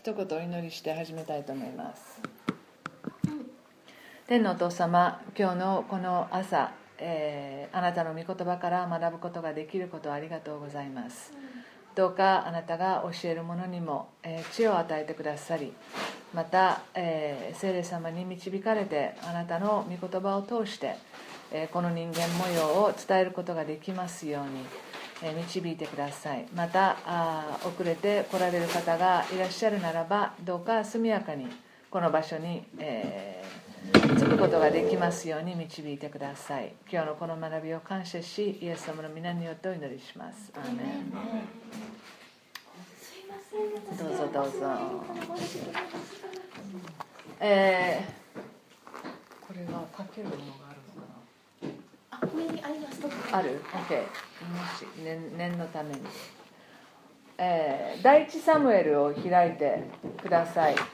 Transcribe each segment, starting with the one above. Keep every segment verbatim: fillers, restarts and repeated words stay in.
一言お祈りして始めたいと思います。天のお父様、今日のこの朝、えー、あなたの御言葉から学ぶことができることをありがとうございます。どうかあなたが教える者にも、えー、知恵を与えてくださり、また、えー、聖霊様に導かれてあなたの御言葉を通して、えー、この人間模様を伝えることができますように、えー、導いてください。またあ遅れて来られる方がいらっしゃるならば、どうか速やかにこの場所に、えー、着くことができますように導いてください。今日のこの学びを感謝し、イエス様の皆によってお祈りします。アーメン。どうぞどうぞ。えー、これはかけるものがあるのかな。 あ、上にあります。 ある ?OK。もし念、念のために、えー、第一サムエルを開いてください。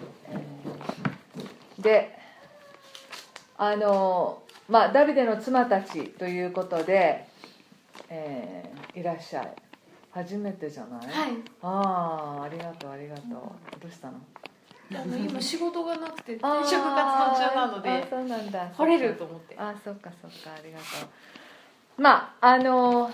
で、あのまあダビデの妻たちということで、えー、いらっしゃい。初めてじゃない？ はい。 ああ、ありがとうありがとう。どうしたの？ あの今仕事がなくて転職活動中なので、 あそうなんだ。 来れると思って。 あ、そっかそっか、ありがとう。まああの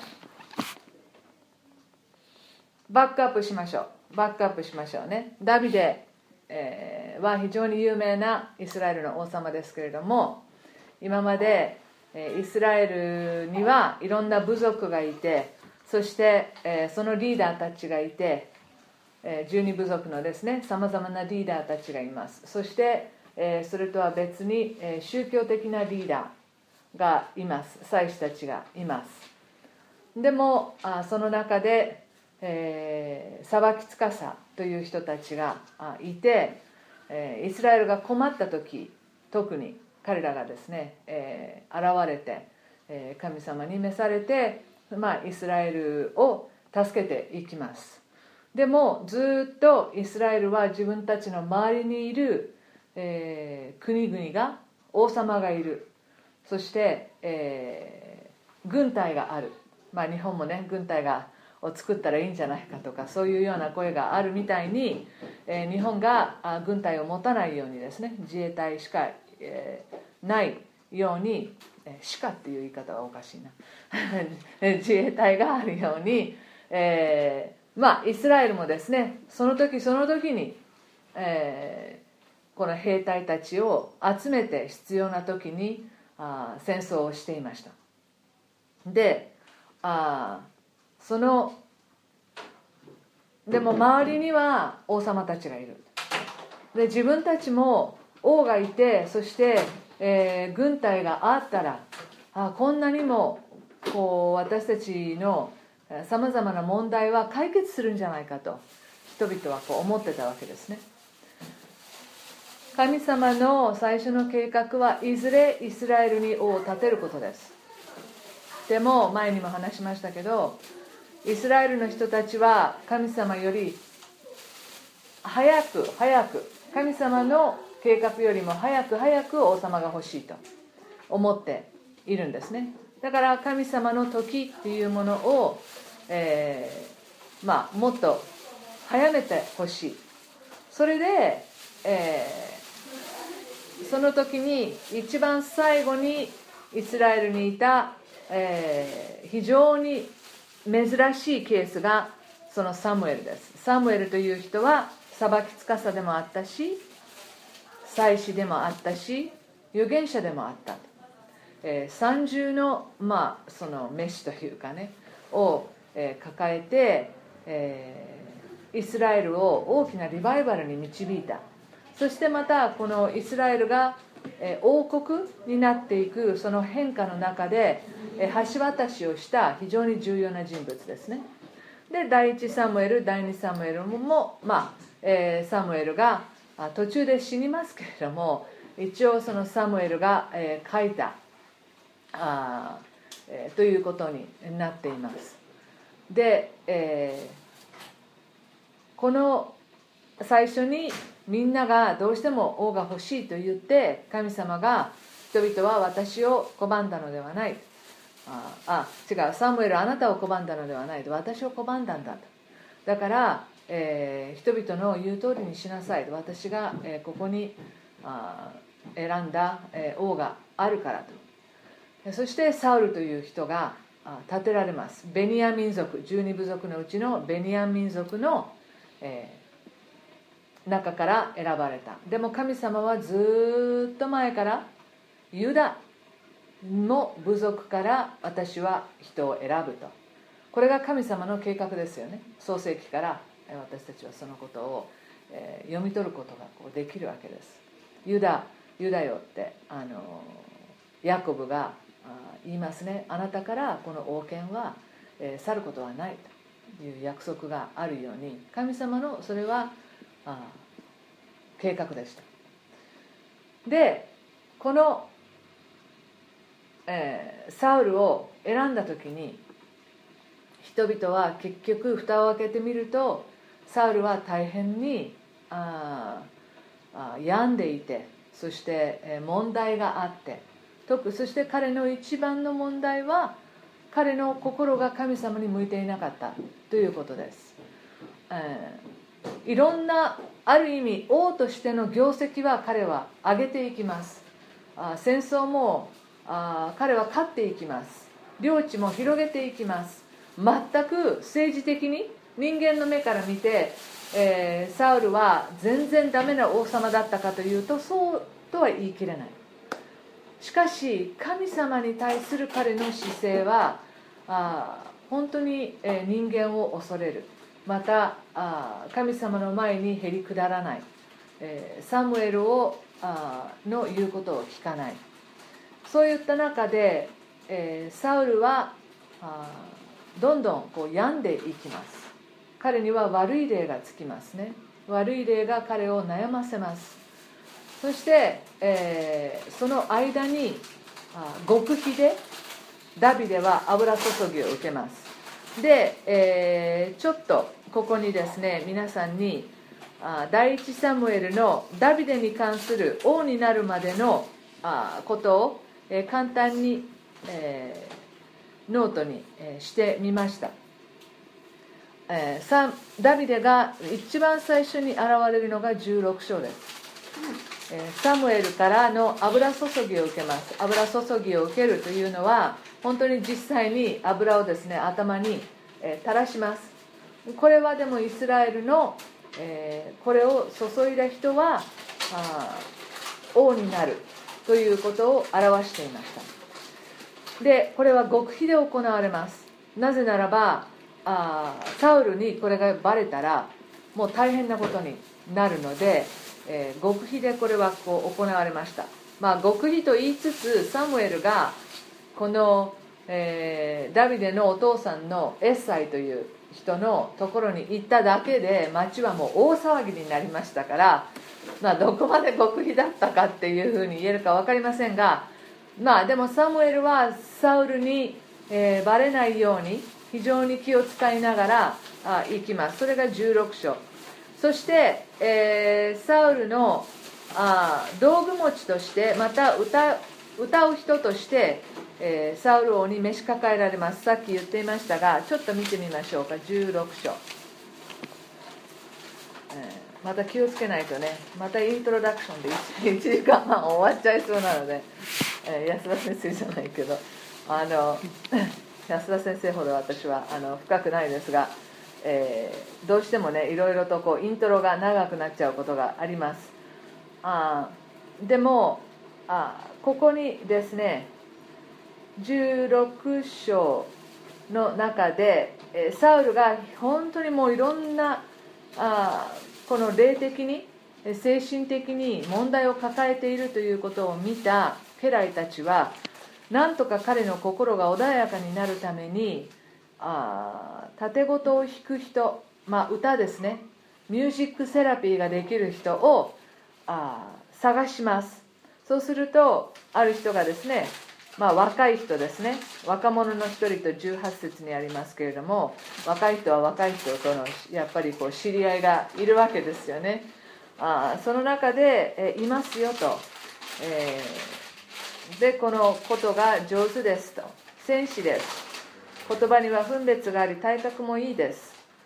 バックアップしましょう。バックアップしましょうね。ダビデ、えー、は非常に有名なイスラエルの王様ですけれども、今まで、えー、イスラエルにはいろんな部族がいて、そして、えー、そのリーダーたちがいて、えー、じゅうに部族のですね、さまざまなリーダーたちがいます。そして、えー、それとは別に、えー、宗教的なリーダーがいます。祭司たちがいます。でもあその中で、えー、裁き司という人たちがいて、えー、イスラエルが困った時、特に彼らがですね、えー、現れて、えー、神様に召されて、まあ、イスラエルを助けていきます。でもずっとイスラエルは自分たちの周りにいる、えー、国々が、王様がいる、そして、えー、軍隊がある、まあ、日本もね軍隊がを作ったらいいんじゃないかとか、そういうような声があるみたいに、えー、日本があ軍隊を持たないようにですね、自衛隊しか、えー、ないように、しかっていう言い方はおかしいな自衛隊があるように、えー、まあイスラエルもですね、その時その時に、えー、この兵隊たちを集めて必要な時にあ戦争をしていました。で、あそのでも周りには王様たちがいる。で自分たちも王がいて、そしてえー、軍隊があったら、あこんなにもこう私たちのさまざまな問題は解決するんじゃないかと人々はこう思ってたわけですね。神様の最初の計画はいずれイスラエルに王を立てることです。でも前にも話しましたけど、イスラエルの人たちは神様より早く早く神様の計画よりも早く早く王様が欲しいと思っているんですね。だから神様の時っていうものを、えー、まあもっと早めてほしい。それで、えー、その時に一番最後にイスラエルにいた、えー、非常に珍しいケースがそのサムエルです。サムエルという人は裁き司でもあったし、祭司でもあったし、預言者でもあった、えー、三重のまあその召しというかねを、えー、抱えて、えー、イスラエルを大きなリバイバルに導いた。そしてまたこのイスラエルが、えー、王国になっていくその変化の中で、えー、橋渡しをした非常に重要な人物ですね。で第一サムエル、第二サムエルも、まあえー、サムエルが途中で死にますけれども、一応そのサムエルが、えー、書いたあ、えー、ということになっています。で、えー、この最初にみんながどうしても王が欲しいと言って、神様が人々は私を拒んだのではない、ああ違う、サムエルあなたを拒んだのではないと、私を拒んだんだと。だからえー、人々の言う通りにしなさい、私が、えー、ここにあ選んだ、えー、王があるからと。そしてサウルという人が立てられます。ベニヤ民族、じゅうに部族のうちのベニヤ民族の、えー、中から選ばれた。でも神様はずっと前からユダの部族から私は人を選ぶと。これが神様の計画ですよね。創世記から私たちはそのことを、えー、読み取ることがこうできるわけです。ユダ、ユダよってあのヤコブが言いますね。あなたからこの王権は、えー、去ることはないという約束があるように、神様のそれはあ計画でした。でこの、えー、サウルを選んだ時に人々は結局蓋を開けてみると、サウルは大変にああ病んでいて、そして問題があって、特そして彼の一番の問題は彼の心が神様に向いていなかったということです。えー、いろんなある意味王としての業績は彼は上げていきます。あ戦争もあ彼は勝っていきます。領地も広げていきます。全く政治的に人間の目から見て、えー、サウルは全然ダメな王様だったかというと、そうとは言い切れない。しかし神様に対する彼の姿勢はあ本当に、えー、人間を恐れる、またあ神様の前にへりくだらない、えー、サムエルをあの言うことを聞かない。そういった中で、えー、サウルはあどんどんこう病んでいきます。彼には悪い霊がつきますね。悪い霊が彼を悩ませます。そして、えー、その間にあ極秘でダビデは油注ぎを受けます。で、えー、ちょっとここにですね、皆さんにあ第一サムエルのダビデに関する王になるまでのあことを、えー、簡単に、えー、ノートに、えー、してみました。えー、サダビデが一番最初に現れるのがじゅうろく章です。えー、サムエルからの油注ぎを受けます。油注ぎを受けるというのは本当に実際に油をですね頭に、えー、垂らします。これはでもイスラエルの、えー、これを注いだ人はあ王になるということを表していました。でこれは極秘で行われます。なぜならばあサウルにこれがバレたらもう大変なことになるので、えー、極秘でこれはこう行われました。まあ極秘と言いつつサムエルがこの、えー、ダビデのお父さんのエッサイという人のところに行っただけで町はもう大騒ぎになりましたから、まあ、どこまで極秘だったかっていうふうに言えるか分かりませんが、まあでもサムエルはサウルに、えー、バレないように非常に気を使いながらあ行きます。それがじゅうろく章。そして、えー、サウルのあ道具持ちとしてまた 歌, 歌う人として、えー、サウル王に召し抱えられます。さっき言っていましたがちょっと見てみましょうか。じゅうろく章、えー、また気をつけないとね、またイントロダクションで いち, いちじかんはん終わっちゃいそうなので、えー、安田先生じゃないけどあの安田先生ほど私はあの深くないですが、えー、どうしてもねいろいろとこうイントロが長くなっちゃうことがあります。あでもあここにですねじゅうろく章の中で、えー、サウルが本当にもういろんなあこの霊的に精神的に問題を抱えているということを見た家来たちはなんとか彼の心が穏やかになるためにあ盾事を弾く人、まあ、歌ですね、ミュージックセラピーができる人をあ探します。そうするとある人がですね、まあ、若い人ですね、若者の一人とじゅうはち節にありますけれども、若い人は若い人とのやっぱりこう知り合いがいるわけですよね。あその中で、えいますよと、えー、でこのことが上手ですと、戦士です、言葉には分別があり体格もいいです、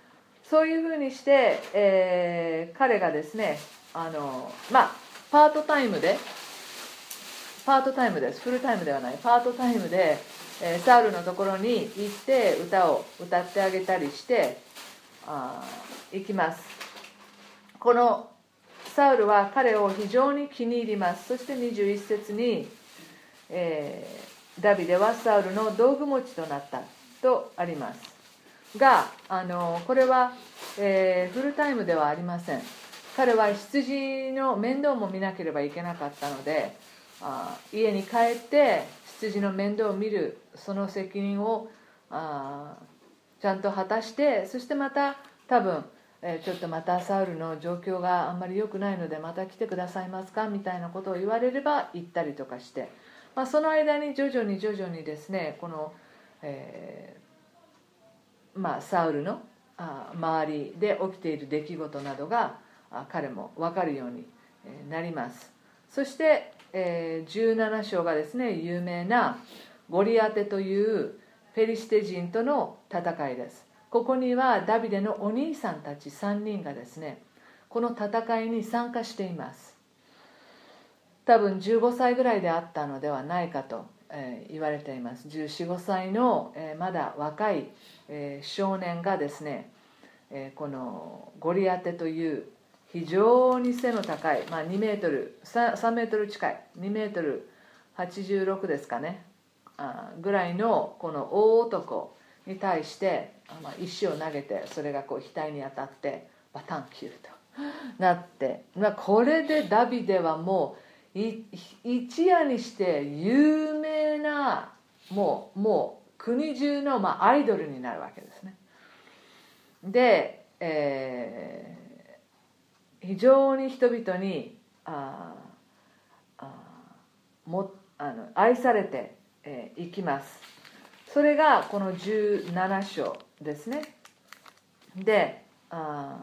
そういうふうにして、えー、彼がですね、あのまあパートタイムでパートタイムです、フルタイムではない、パートタイムで、えー、サウルのところに行って歌を歌ってあげたりしてあ行きます。このサウルは彼を非常に気に入ります。そしてにじゅういち節に、えー、ダビデはサウルの道具持ちとなったとありますが、あのこれは、えー、フルタイムではありません。彼は羊の面倒も見なければいけなかったので、あ家に帰って羊の面倒を見るその責任をあちゃんと果たして、そしてまた多分、えー、ちょっとまたサウルの状況があんまり良くないのでまた来てくださいますかみたいなことを言われれば行ったりとかして、まあ、その間に徐々に徐々にですね、この、えーまあ、サウルのあ周りで起きている出来事などがあ彼も分かるようになります。そして、えー、じゅうなな章がですね、有名なゴリアテというペリシテ人との戦いです。ここにはダビデのお兄さんたちさんにんがですね、この戦いに参加しています。多分じゅうごさいぐらいであったのではないかと、えー、言われています。じゅうよん、ごさいの、えー、まだ若い、えー、少年がですね、えー、このゴリアテという非常に背の高い、まあ、にメートル 3, 3メートル近いにメートルはちじゅうろくですかねあぐらいのこの大男に対してまあ、石を投げて、それがこう額に当たってバタンキューとなって、まあ、これでダビデはもう一夜にして有名なもう、もう国中のまあアイドルになるわけですね。で、えー、非常に人々にああもあの愛されてい、えー、きます。それがこのじゅうなな章ですね。で、あ、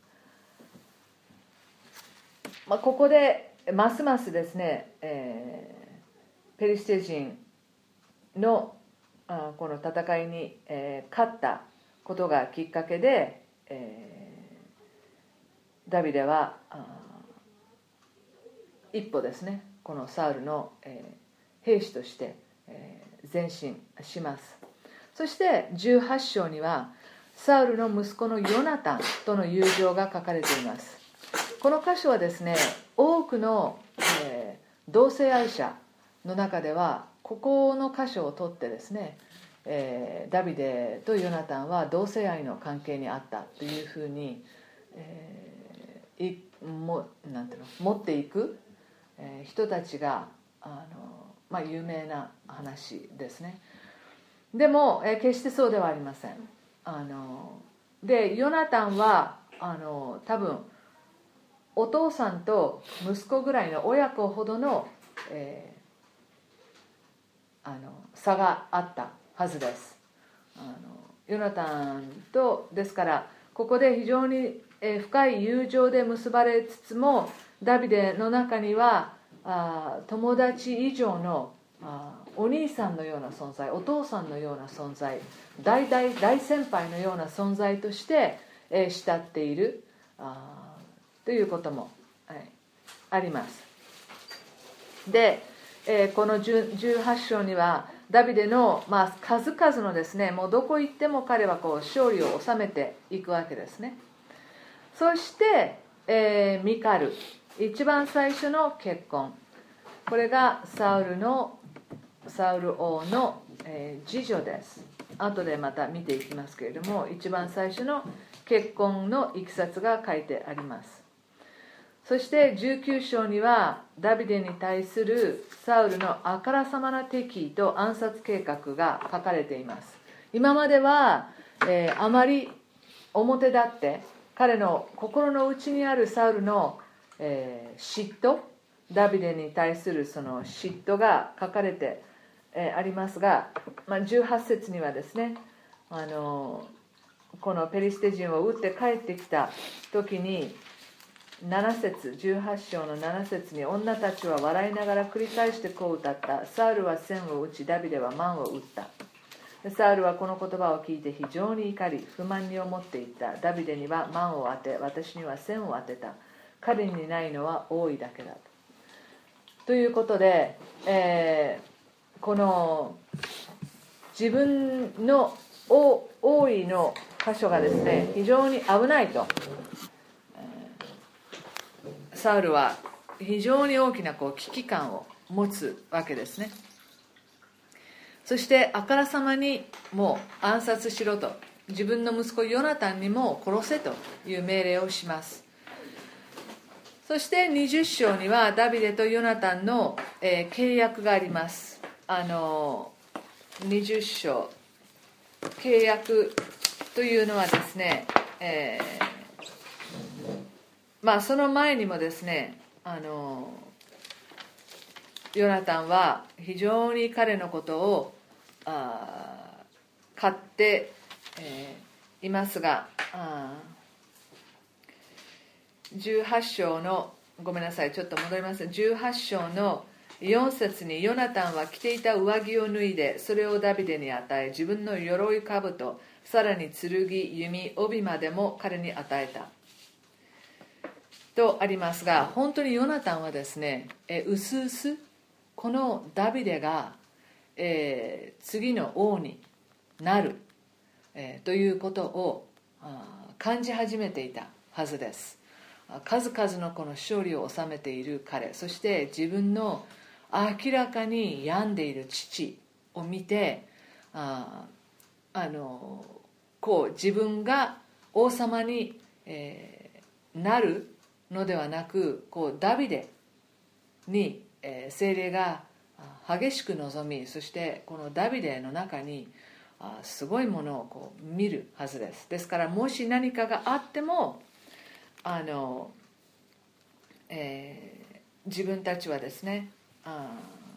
まあ、ここでますますですね、えー、ペリシテ人のあこの戦いに、えー、勝ったことがきっかけで、えー、ダビデは一歩ですね、このサウルの、えー、兵士として、えー、前進します。そしてじゅうはち章にはサウルの息子のヨナタンとの友情が書かれています。この箇所はですね、多くの、えー、同性愛者の中ではここの箇所を取ってですね、えー、ダビデとヨナタンは同性愛の関係にあったというふうに、えー、いもなんていうの持っていく、えー、人たちがあの、まあ、有名な話ですね。でも、えー、決してそうではありません。あのでヨナタンはあの多分お父さんと息子ぐらいの親子ほどの、えー、あの差があったはずです。あのヨナタンとですからここで非常に深い友情で結ばれつつも、ダビデの中にはあ友達以上のあお兄さんのような存在、お父さんのような存在、大大大先輩のような存在として、えー、慕っているあということも、はい、あります。で、えー、このじゅうはち章にはダビデの、まあ、数々のですね、もうどこ行っても彼はこう勝利を収めていくわけですね。そして、えー、ミカル、一番最初の結婚、これがサウルのサウル王の、えー、次女です。後でまた見ていきますけれども、一番最初の結婚のいきさつが書いてあります。そしてじゅうきゅう章にはダビデに対するサウルのあからさまな敵意と暗殺計画が書かれています。今までは、えー、あまり表立って彼の心の内にあるサウルの、えー、嫉妬、ダビデに対するその嫉妬が書かれて、えー、ありますが、まあ、じゅうはち節にはですね、あのこのペリシテ人を撃って帰ってきた時になな節、じゅうはち章のなな節に、女たちは笑いながら繰り返してこう歌った。サウルは千を打ち、ダビデは万を打った。 サウルはこの言葉を聞いて非常に怒り不満に思っていった。ダビデには万を当て、私には千を当てた。彼にないのは多いだけだ。ということで、えー、この自分の王位の箇所がですね、非常に危ないと、サウルは非常に大きなこう危機感を持つわけですね。そしてあからさまにもう暗殺しろと、自分の息子ヨナタンにも殺せという命令をします。そしてにじゅっ章にはダビデとヨナタンの、えー、契約があります。あのにじゅっ章、契約というのはですね、えー、まあその前にもですね、あのヨナタンは非常に彼のことをあ買って、えー、いますが、あじゅうはち章のごめんなさいちょっと戻ります。じゅうはち章のよん節に、ヨナタンは着ていた上着を脱いでそれをダビデに与え、自分の鎧兜、さらに剣、弓、帯までも彼に与えたとありますが、本当にヨナタンはですね、えうすうすこのダビデが、えー、次の王になる、えー、ということを感じ始めていたはずです。数々のこの勝利を収めている彼、そして自分の明らかに病んでいる父を見て、ああのこう自分が王様に、えー、なるのではなく、こうダビデに、えー、聖霊が激しく望み、そしてこのダビデの中にあすごいものをこう見るはずです。ですからもし何かがあってもあの、えー、自分たちはですね、あ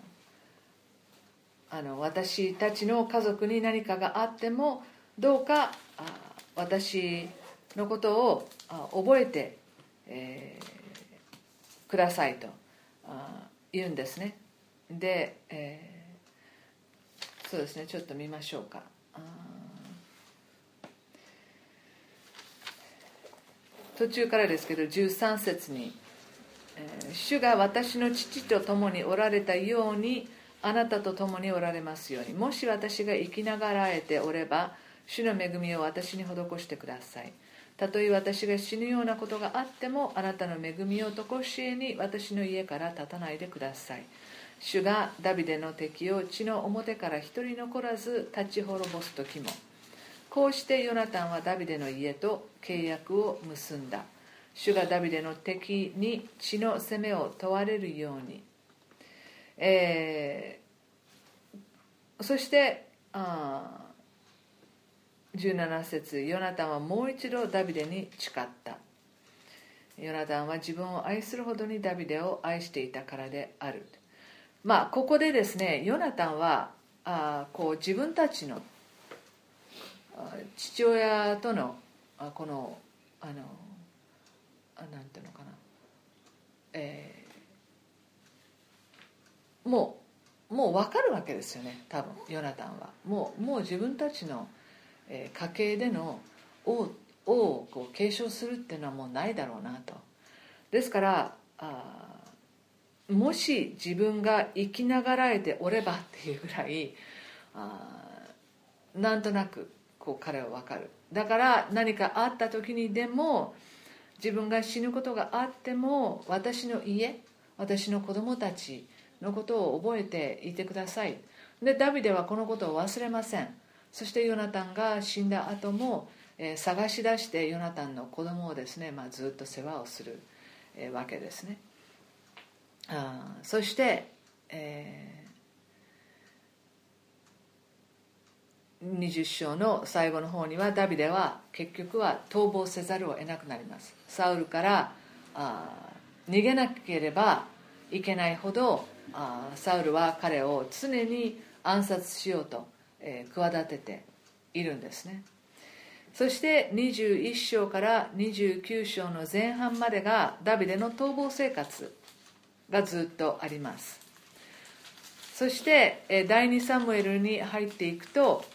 あの私たちの家族に何かがあってもどうかあ私のことをあ覚えて、えー、くださいとあ言うんですね。で、えー、そうですね、ちょっと見ましょうか。途中からですけどじゅうさん節に、えー、主が私の父と共におられたようにあなたと共におられますように、もし私が生きながらえておれば主の恵みを私に施してください。たとえ私が死ぬようなことがあってもあなたの恵みを常しえに私の家から立たないでください。主がダビデの敵を地の表から一人残らず立ち滅ぼす時も、こうしてヨナタンはダビデの家と契約を結んだ。主がダビデの敵に血の責めを問われるように、えー、そしてあじゅうなな節、ヨナタンはもう一度ダビデに誓った。ヨナタンは自分を愛するほどにダビデを愛していたからである。まあここでですね、ヨナタンはあこう自分たちの父親とのこのあのなんていうのかな、えー、もうもう分かるわけですよね。多分ヨナタンはもうもう自分たちの家系での王をこう継承するっていうのはもうないだろうなと。ですからあもし自分が生きながらえておればっていうぐらいあなんとなくこう彼は分かる。だから何かあった時にでも、自分が死ぬことがあっても私の家、私の子供たちのことを覚えていてください。でダビデはこのことを忘れません。そしてヨナタンが死んだ後も、えー、探し出してヨナタンの子供をですね、まあ、ずっと世話をする、えー、わけですね。あそして、えーにじゅっ章の最後の方にはダビデは結局は逃亡せざるを得なくなります。サウルからあ逃げなければいけないほどあサウルは彼を常に暗殺しようと、えー、企てているんですね。そしてにじゅういっ章からにじゅうきゅう章の前半までがダビデの逃亡生活がずっとあります。そしてだいにサムエルに入っていくと、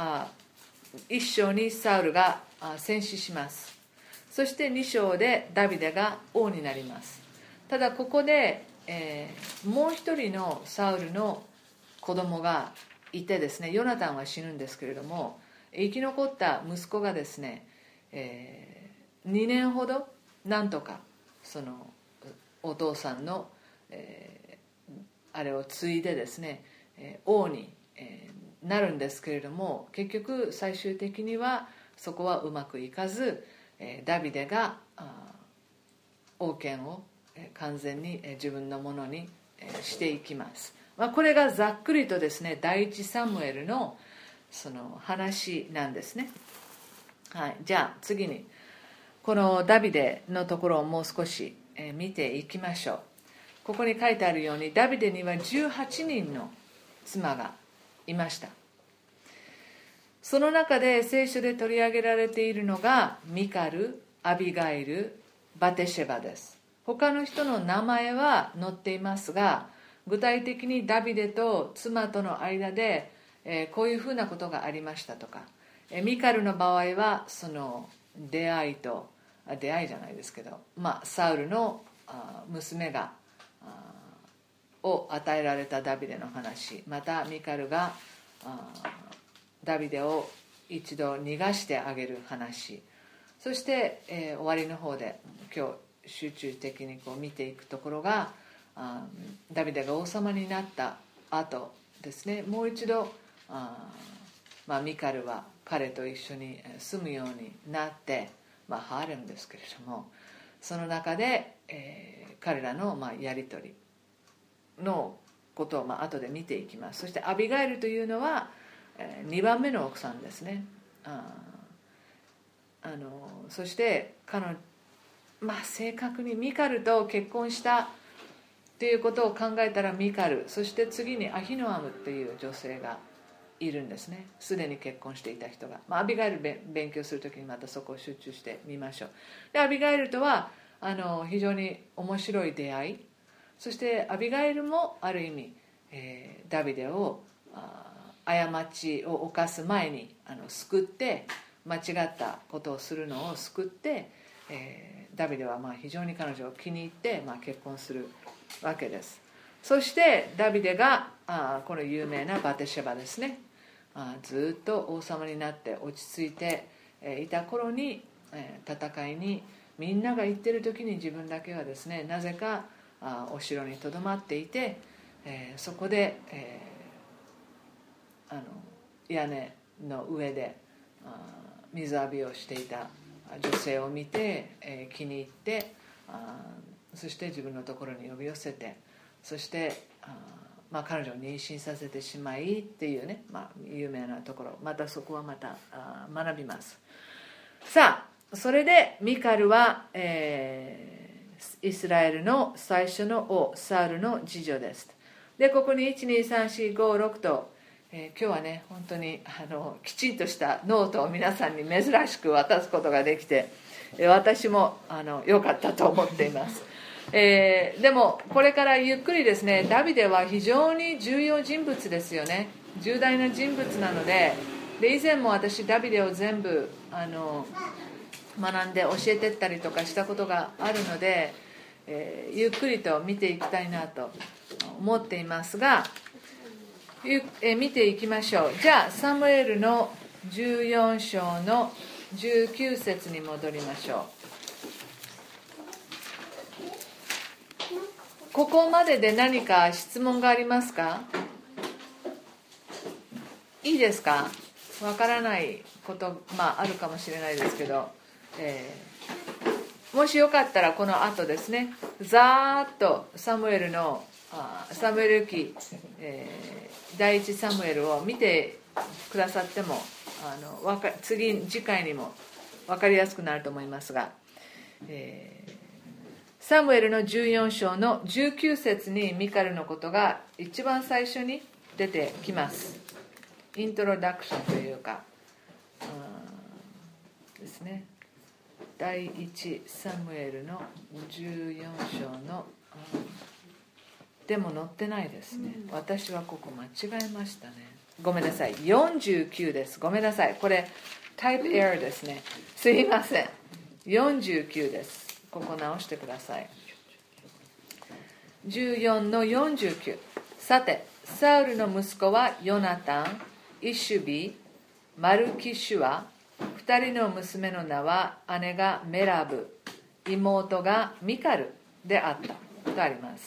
あいっ章にサウルが戦死します。そしてに章でダビデが王になります。ただここで、えー、もう一人のサウルの子供がいてですね、ヨナタンは死ぬんですけれども、生き残った息子がですね、えー、にねんほどなんとかそのお父さんの、えー、あれを継いでですね、えー、王に、えー、なるんですけれども、結局最終的にはそこはうまくいかず、えー、ダビデが王権を完全に自分のものにしていきます。まあ、これがざっくりとですね、第一サムエルのその話なんですね。はい、じゃあ次にこのダビデのところをもう少し見ていきましょう。ここに書いてあるように、ダビデにはじゅうはちにんの妻がいました。その中で聖書で取り上げられているのがミカル、アビガイル、バテシェバです。他の人の名前は載っていますが、具体的にダビデと妻との間で、えー、こういうふうなことがありましたとか、えー、ミカルの場合はその出会いと出会いじゃないですけど、まあ、サウルのあ娘があを与えられたダビデの話、またミカルがあダビデを一度逃がしてあげる話、そして、えー、終わりの方で今日集中的にこう見ていくところが、あダビデが王様になった後ですね、もう一度あ、まあ、ミカルは彼と一緒に住むようになって、まあ、ハーレムですけれども、その中で、えー、彼らのまあやり取りのことをまあ後で見ていきます。そしてアビガイルというのは、えー、にばんめの奥さんですね。ああのそして彼女、まあ、正確にミカルと結婚したということを考えたらミカル、そして次にアヒノアムという女性がいるんですね。すでに結婚していた人が、まあ、アビガイル勉強するときにまたそこを集中してみましょう。でアビガイルとはあの非常に面白い出会い、そしてアビガイルもある意味、えー、ダビデを過ちを犯す前にあの救って、間違ったことをするのを救って、えー、ダビデはまあ非常に彼女を気に入って、まあ、結婚するわけです。そしてダビデがあこの有名なバテシェバですね、あずっと王様になって落ち着いていた頃に、えー、戦いにみんなが行ってる時に自分だけはですね、なぜかあお城にとどまっていて、えー、そこで、えー、あの屋根の上であ水浴びをしていた女性を見て、えー、気に入ってあそして自分のところに呼び寄せて、そしてあ、まあ、彼女を妊娠させてしまいっていうね、まあ、有名なところ、またそこはまたあ学びます。さあそれでミカルは、えー、イスラエルの最初の王サウルの次女です。でここにいちにさんしごろくと、えー、今日はね本当にあのきちんとしたノートを皆さんに珍しく渡すことができて、えー、私もあの良かったと思っています。えー、でもこれからゆっくりですね、ダビデは非常に重要人物ですよね。重大な人物なので、で以前も私ダビデを全部あの学んで教えてったりとかしたことがあるので、えー、ゆっくりと見ていきたいなと思っていますが、ゆ、えー、見ていきましょう。じゃあサムエルのじゅうよん章のじゅうきゅう節に戻りましょう。ここまでで何か質問がありますか？いいですか？わからないこと、まあ、あるかもしれないですけど、えー、もしよかったらこの後ですね、ざーっとサムエルのあサムエル記、えー、第一サムエルを見てくださってもあのわか次次回にも分かりやすくなると思いますが、えーサムエルのじゅうよん章のじゅうきゅう節にミカルのことが一番最初に出てきます。イントロダクションというかですね。第一サムエルのじゅうよん章のでも載ってないですね。私はここ間違えましたね。 ごめんなさい、よんじゅうきゅうです。ごめんなさい、これタイプエラーですね。すいません、よんじゅうきゅうです。ここ直してください。じゅうよんのよんじゅうきゅう。さて、サウルの息子はヨナタン、イシュビ、マルキシュア。二人の娘の名は姉がメラブ、妹がミカルであったとあります。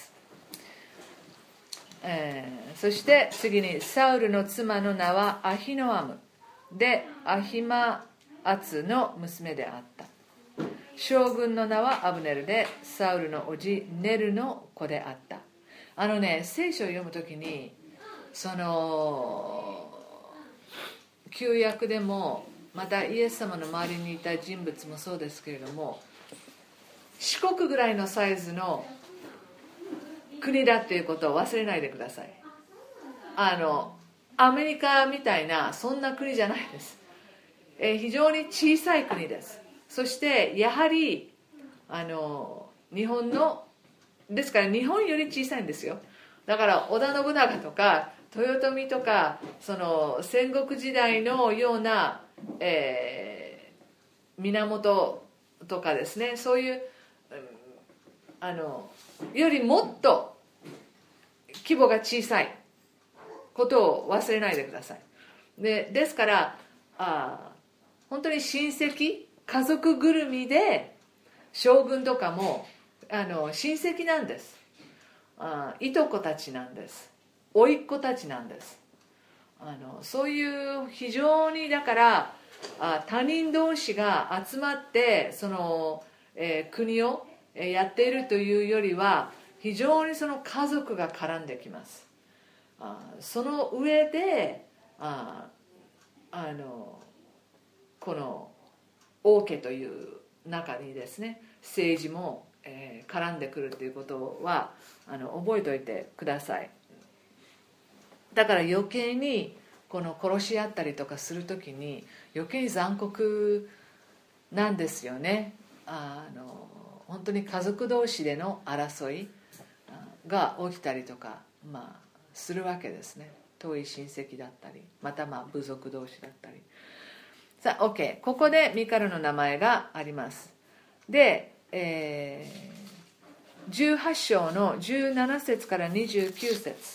えー、そして次にサウルの妻の名はアヒノアムで、アヒマアツの娘であった。将軍の名はアブネルで、サウルの叔父ネルの子であった。あのね、聖書を読むときに、その旧約でもまたイエス様の周りにいた人物もそうですけれども、四国ぐらいのサイズの国だっていうことを忘れないでください。あのアメリカみたいなそんな国じゃないです。えー、非常に小さい国です。そしてやはりあの日本のですから日本より小さいんですよ。だから織田信長とか豊臣とかその戦国時代のような、えー、源とかですね、そういう、うん、あのよりもっと規模が小さいことを忘れないでください。で、ですからあ本当に親戚家族ぐるみで将軍とかもあの親戚なんです。あいとこたちなんです。甥っ子たちなんです。あのそういう非常にだからあ他人同士が集まってその、えー、国をやっているというよりは非常にその家族が絡んできます。あその上でああのこの王家という中にですね政治も、えー、絡んでくるということはあの覚えておいてください。だから余計にこの殺し合ったりとかするときに余計に残酷なんですよね。あの本当に家族同士での争いが起きたりとか、まあ、するわけですね。遠い親戚だったりまたまあ部族同士だったり。さあ OK、 ここでミカルの名前があります。で、えー、じゅうはち章のじゅうなな節からにじゅうきゅう節、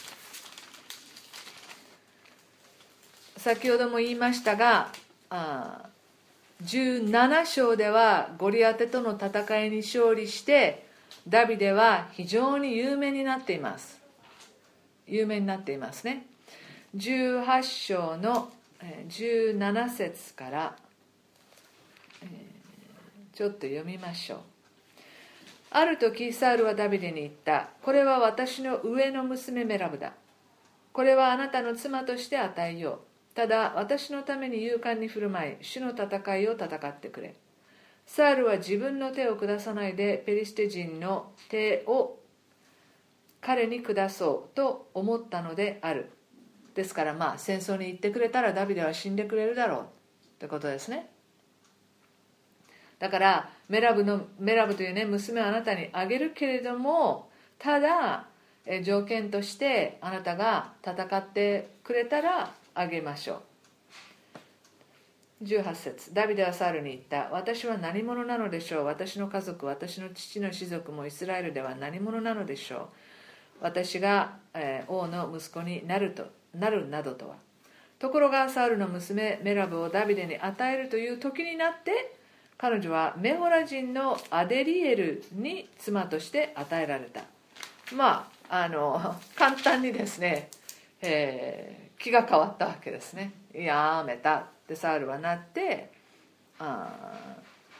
先ほども言いましたがあじゅうなな章ではゴリアテとの戦いに勝利してダビデは非常に有名になっています有名になっていますね。じゅうはち章のじゅうなな節から、えー、ちょっと読みましょう。ある時サウルはダビデに言った。これは私の上の娘メラブだ。これはあなたの妻として与えよう。ただ私のために勇敢に振る舞い主の戦いを戦ってくれ。サウルは自分の手を下さないでペリシテ人の手を彼に下そうと思ったのである。ですからまあ戦争に行ってくれたらダビデは死んでくれるだろうってことですね。だからメラブのメラブというね娘をあなたにあげるけれども、ただえ条件としてあなたが戦ってくれたらあげましょう。じゅうはち節、ダビデはサウルに言った。私は何者なのでしょう。私の家族、私の父の氏族もイスラエルでは何者なのでしょう。私が、えー、王の息子になるとなるなどとは。ところがサウルの娘メラブをダビデに与えるという時になって彼女はメホラ人のアデリエルに妻として与えられた。まああの簡単にですね、えー、気が変わったわけですね。やめたってサウルはなって、あ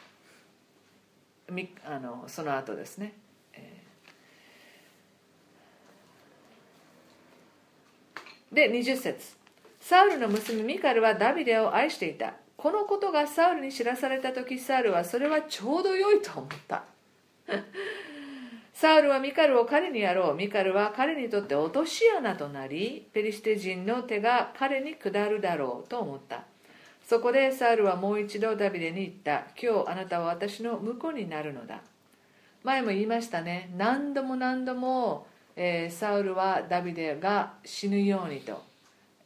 みあのその後ですね、でにじゅう節、サウルの娘ミカルはダビデを愛していた。このことがサウルに知らされた時、サウルはそれはちょうど良いと思ったサウルはミカルを彼にやろう。ミカルは彼にとって落とし穴となりペリシテ人の手が彼に下るだろうと思った。そこでサウルはもう一度ダビデに言った。今日あなたは私の婿になるのだ。前も言いましたね。何度も何度もえー、サウルはダビデが死ぬようにと、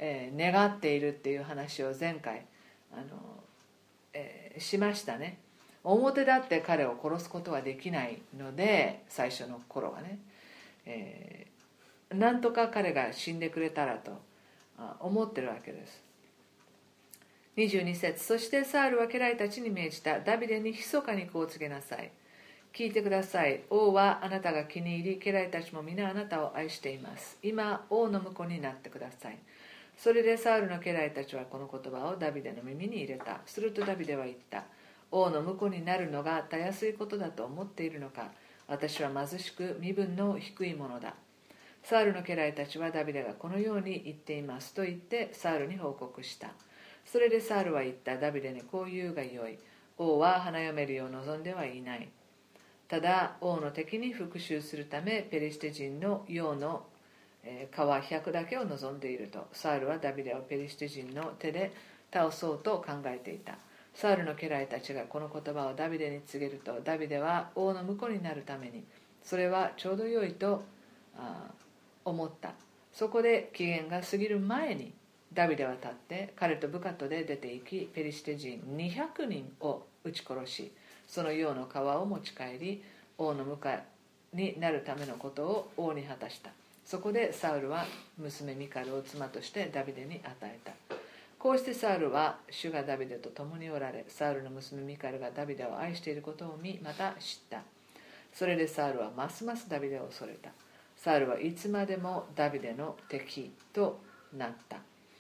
えー、願っているっていう話を前回あの、えー、しましたね。表立って彼を殺すことはできないので、最初の頃はね、えー、なんとか彼が死んでくれたらと思ってるわけです。にじゅうに節、そしてサウルは家来たちに命じた。ダビデに密かにこう告げなさい。聞いてください。王はあなたが気に入り、家来たちも皆あなたを愛しています。今王の婿になってください。それでサウルの家来たちはこの言葉をダビデの耳に入れた。するとダビデは言った。王の婿になるのがたやすいことだと思っているのか。私は貧しく身分の低いものだ。サウルの家来たちはダビデがこのように言っていますと言ってサウルに報告した。それでサウルは言った。ダビデにこう言うがよい。王は花嫁りを望んではいない。ただ王の敵に復讐するためペリシテ人の王の皮ひゃくだけを望んでいると。サウルはダビデをペリシテ人の手で倒そうと考えていた。サウルの家来たちがこの言葉をダビデに告げると、ダビデは王の婿になるためにそれはちょうど良いと思った。そこで期限が過ぎる前にダビデは立って彼と部下とで出て行き、ペリシテ人にひゃくにんを撃ち殺し、その王の皮を持ち帰り、王の婿になるためのことを王に果たした。そこでサウルは娘ミカルを妻としてダビデに与えた。こうしてサウルは主がダビデと共におられ、サウルの娘ミカルがダビデを愛していることを見、また知った。それでサウルはますますダビデを恐れた。サウルはいつまでもダビデの敵となった。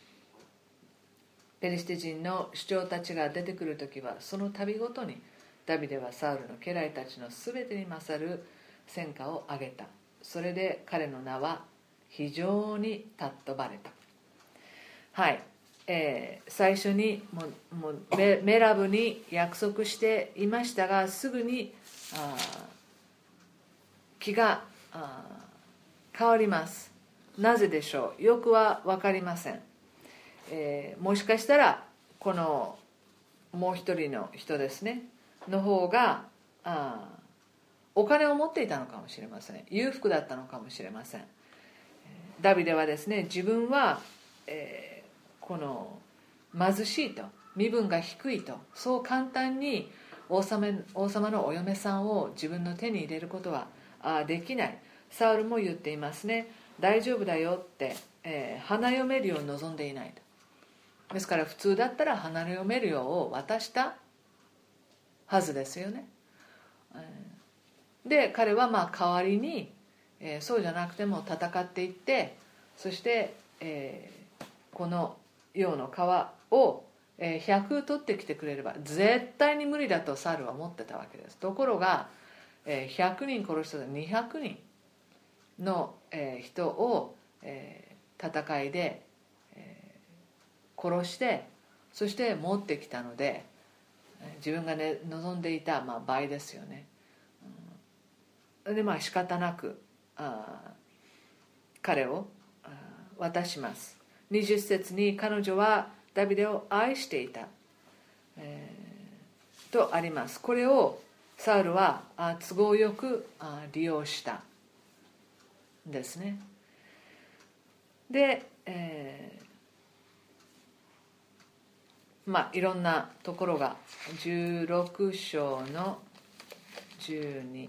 ペリシテ人の首長たちが出てくるときは、その度ごとにダビデはサウルの家来たちのすべてに勝る戦果を挙げた。それで彼の名は非常に尊ばれた。はい、えー、最初にもうもう メ, メラブに約束していましたが、すぐにあ気があ変わります。なぜでしょう。よくは分かりません。えー、もしかしたらこのもう一人の人ですねの方があお金を持っていたのかもしれません。裕福だったのかもしれません。ダビデはですね、自分は、えー、この貧しいと、身分が低いと、そう簡単に王様、王様のお嫁さんを自分の手に入れることはあできない。サウルも言っていますね。大丈夫だよって、えー、花嫁料を望んでいないと。ですから普通だったら花嫁料を渡したはずですよね。で彼はまあ代わりに、えー、そうじゃなくても戦っていって、そして、えー、この王の皮をひゃく取ってきてくれれば、絶対に無理だとサウルは思ってたわけです。ところがひゃくにん殺したにひゃくにんの人を戦いで殺して、そして持ってきたので、自分が、ね、望んでいた、まあ、倍ですよね。でまあ仕方なくあ彼を渡します。にじゅっ節に彼女はダビデを愛していた、えー、とあります。これをサウルは都合よく利用したんですね。で、えー、まあいろんなところがじゅうろく章のじゅうに、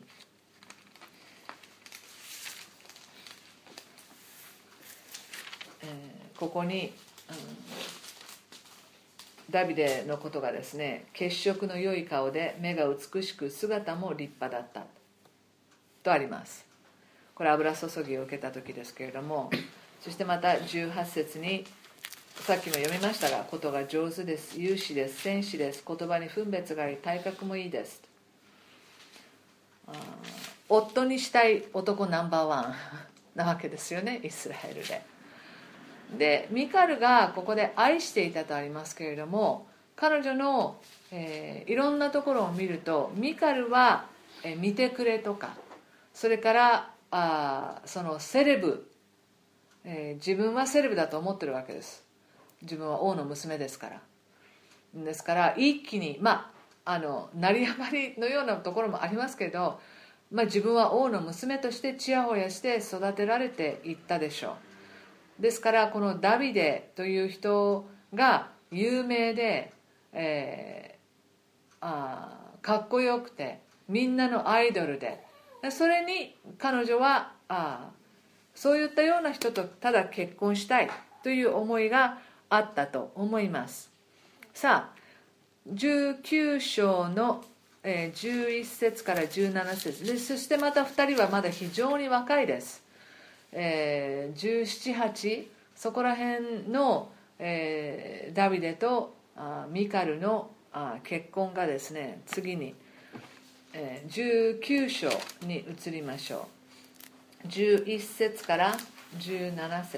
えー、ここに、うん、ダビデのことがですね、血色の良い顔で目が美しく姿も立派だったとあります。これ油注ぎを受けた時ですけれども、そしてまたじゅうはち節にさっきも読みましたが、ことが上手です、勇士です、戦士です、言葉に分別があり体格もいいです。夫にしたい男ナンバーワンなわけですよね、イスラエルで。でミカルがここで愛していたとありますけれども、彼女の、えー、いろんなところを見ると、ミカルは、えー、見てくれとか、それからあそのセレブ、えー、自分はセレブだと思ってるわけです。自分は王の娘ですから。ですから一気に、まああの成り上がりのようなところもありますけど、まあ、自分は王の娘としてちやほやして育てられていったでしょう。 ですからこのダビデという人が有名で、えー、あかっこよくてみんなのアイドルで、それに彼女はあそういったような人とただ結婚したいという思いがあったと思います。さあじゅうきゅう章のじゅういち節からじゅうなな節で、そしてまたふたりはまだ非常に若いです。えー、じゅうなな、はちそこら辺の、えー、ダビデとあミカルのあ結婚がですね、次に、えー、じゅうきゅう章に移りましょう。じゅういち節からじゅうなな節。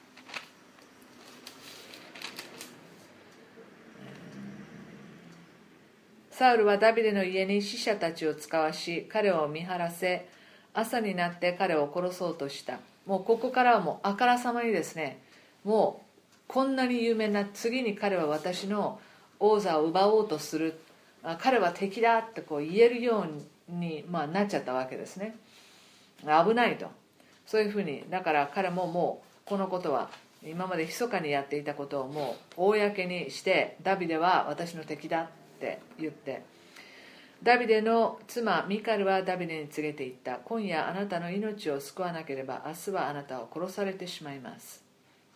サウルはダビデの家に使者たちを使わし、彼を見張らせ、朝になって彼を殺そうとした。もうここからはもうあからさまにですね、もうこんなに有名な、次に彼は私の王座を奪おうとする、彼は敵だってこう言えるように、まあ、なっちゃったわけですね。危ないと、そういうふうに。だから彼ももうこのことは今まで密かにやっていたことをもう公にして、ダビデは私の敵だって言って、ダビデの妻ミカルはダビデに告げていった。今夜あなたの命を救わなければ明日はあなたを殺されてしまいます。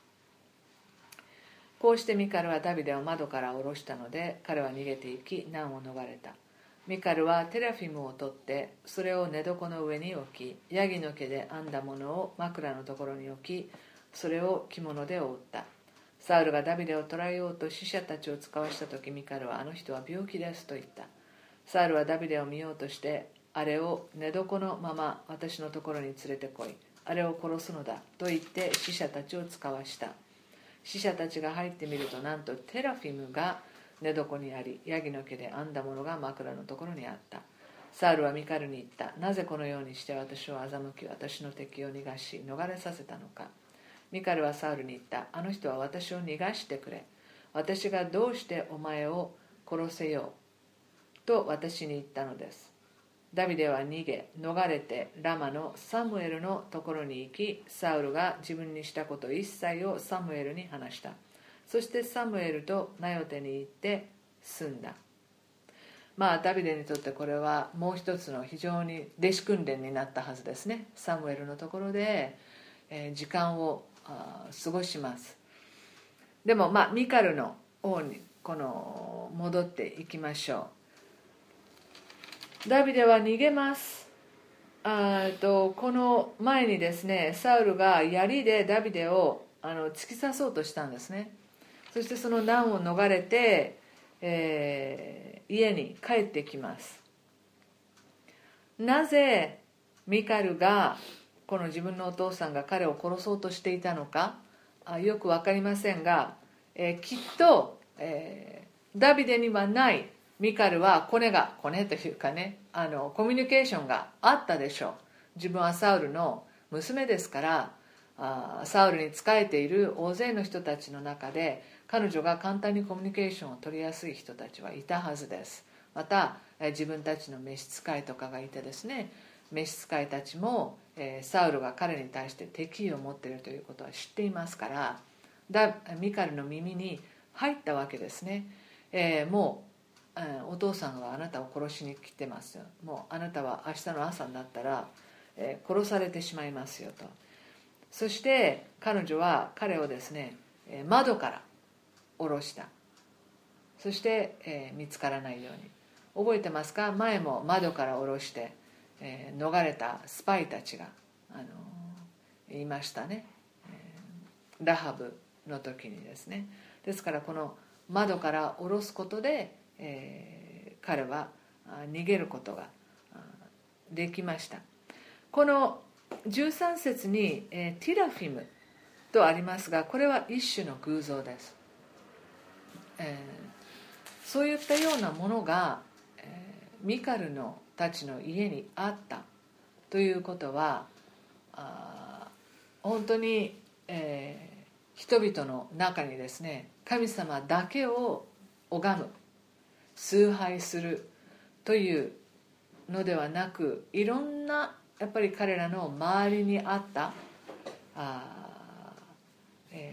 こうしてミカルはダビデを窓から下ろしたので、彼は逃げて行き難を逃れた。ミカルはテラフィムを取ってそれを寝床の上に置き、ヤギの毛で編んだものを枕のところに置き、それを着物で覆った。サウルがダビデを捕らえようと使者たちを使わした時、ミカルはあの人は病気ですと言った。サウルはダビデを見ようとして、あれを寝床のまま私のところに連れてこい、あれを殺すのだと言って使者たちを使わした。使者たちが入ってみると、なんとテラフィムが寝床にあり、ヤギの毛で編んだものが枕のところにあった。サウルはミカルに言った。なぜこのようにして私を欺き、私の敵を逃がし逃れさせたのか。ミカルはサウルに言った。あの人は私を逃がしてくれ、私がどうしてお前を殺せようと私に言ったのです。ダビデは逃げ逃れてラマのサムエルのところに行き、サウルが自分にしたこと一切をサムエルに話した。そしてサムエルとナヨテに行って住んだ。まあダビデにとってこれはもう一つの非常に弟子訓練になったはずですね。サムエルのところで、えー、時間を過ごします。でもまあミカルの王にこの戻っていきましょう。ダビデは逃げます。あとこの前にですね、サウルが槍でダビデをあの突き刺そうとしたんですね。そしてその難を逃れて、えー、家に帰ってきます。なぜミカルがこの自分のお父さんが彼を殺そうとしていたのかよく分かりませんが、えー、きっと、えー、ダビデにはないミカルはコネがコネというかね、あのコミュニケーションがあったでしょう。自分はサウルの娘ですから、あサウルに仕えている大勢の人たちの中で彼女が簡単にコミュニケーションを取りやすい人たちはいたはずです。また、えー、自分たちの召使いとかがいてですね、召使いたちも、えー、サウルが彼に対して敵意を持っているということは知っていますから、だミカルの耳に入ったわけですね。えー、もうお父さんはあなたを殺しに来てますよ、もうあなたは明日の朝になったら、えー、殺されてしまいますよと。そして彼女は彼をですね、窓から下ろした。そして、えー、見つからないように。覚えてますか？前も窓から下ろして、えー、逃れたスパイたちが、あのー、いましたね、えー、ラハブの時にですね。ですからこの窓から下ろすことで、えー、彼は逃げることができました。このじゅうさん節に、えー、ティラフィムとありますが、これは一種の偶像です。えー、そういったようなものが、えー、ミカルのたちの家にあったということは、あ本当に、えー、人々の中にですね、神様だけを拝む、崇拝するというのではなく、いろんなやっぱり彼らの周りにあったあえ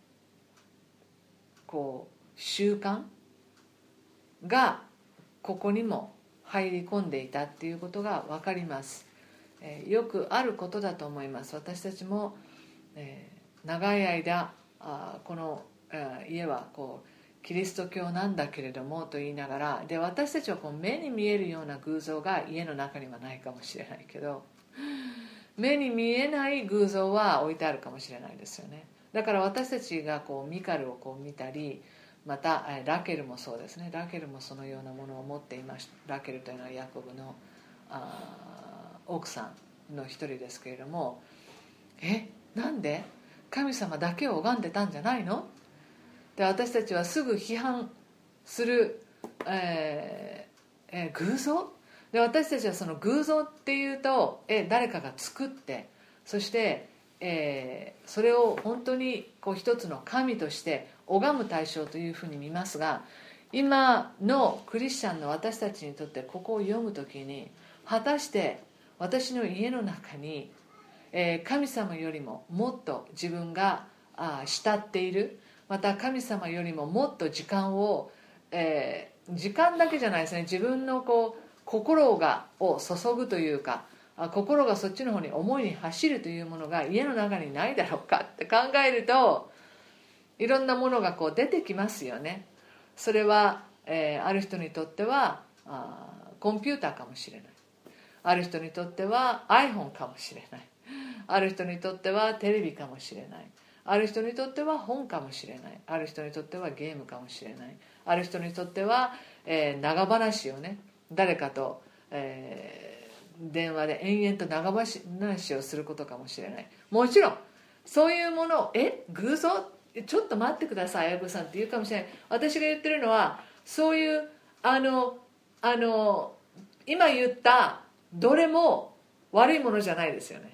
ー、こう習慣がここにも入り込んでいたっていうことが分かります、えー、よくあることだと思います。私たちも、えー、長い間あこの、えー、家はこうキリスト教なんだけれどもと言いながら、で私たちはこう目に見えるような偶像が家の中にはないかもしれないけど、目に見えない偶像は置いてあるかもしれないですよね。だから私たちがこうミカルをこう見たり、またラケルもそうですね、ラケルもそのようなものを持っていました。ラケルというのはヤコブのあ奥さんの一人ですけれども、えなんで神様だけを拝んでたんじゃないの？で私たちはすぐ批判する、えーえー、偶像で、私たちはその偶像っていうとえ誰かが作って、そして、えー、それを本当にこう一つの神として拝む対象というふうに見ますが、今のクリスチャンの私たちにとってここを読むときに、果たして私の家の中に、えー、神様よりももっと自分があ慕っている、また神様よりももっと時間を、えー、時間だけじゃないですね、自分のこう心がを注ぐというか、心がそっちの方に思いに走るというものが家の中にないだろうかって考えると、いろんなものがこう出てきますよね。それは、えー、ある人にとってはあコンピューターかもしれない、ある人にとっては iPhone かもしれない、ある人にとってはテレビかもしれない、ある人にとっては本かもしれない、ある人にとってはゲームかもしれない、ある人にとっては、えー、長話をね、誰かと、えー、電話で延々と長話をすることかもしれない。もちろんそういうものをえ偶像ちょっと待ってください綾子さんって言うかもしれない。私が言ってるのはそういうあのあの今言ったどれも悪いものじゃないですよね。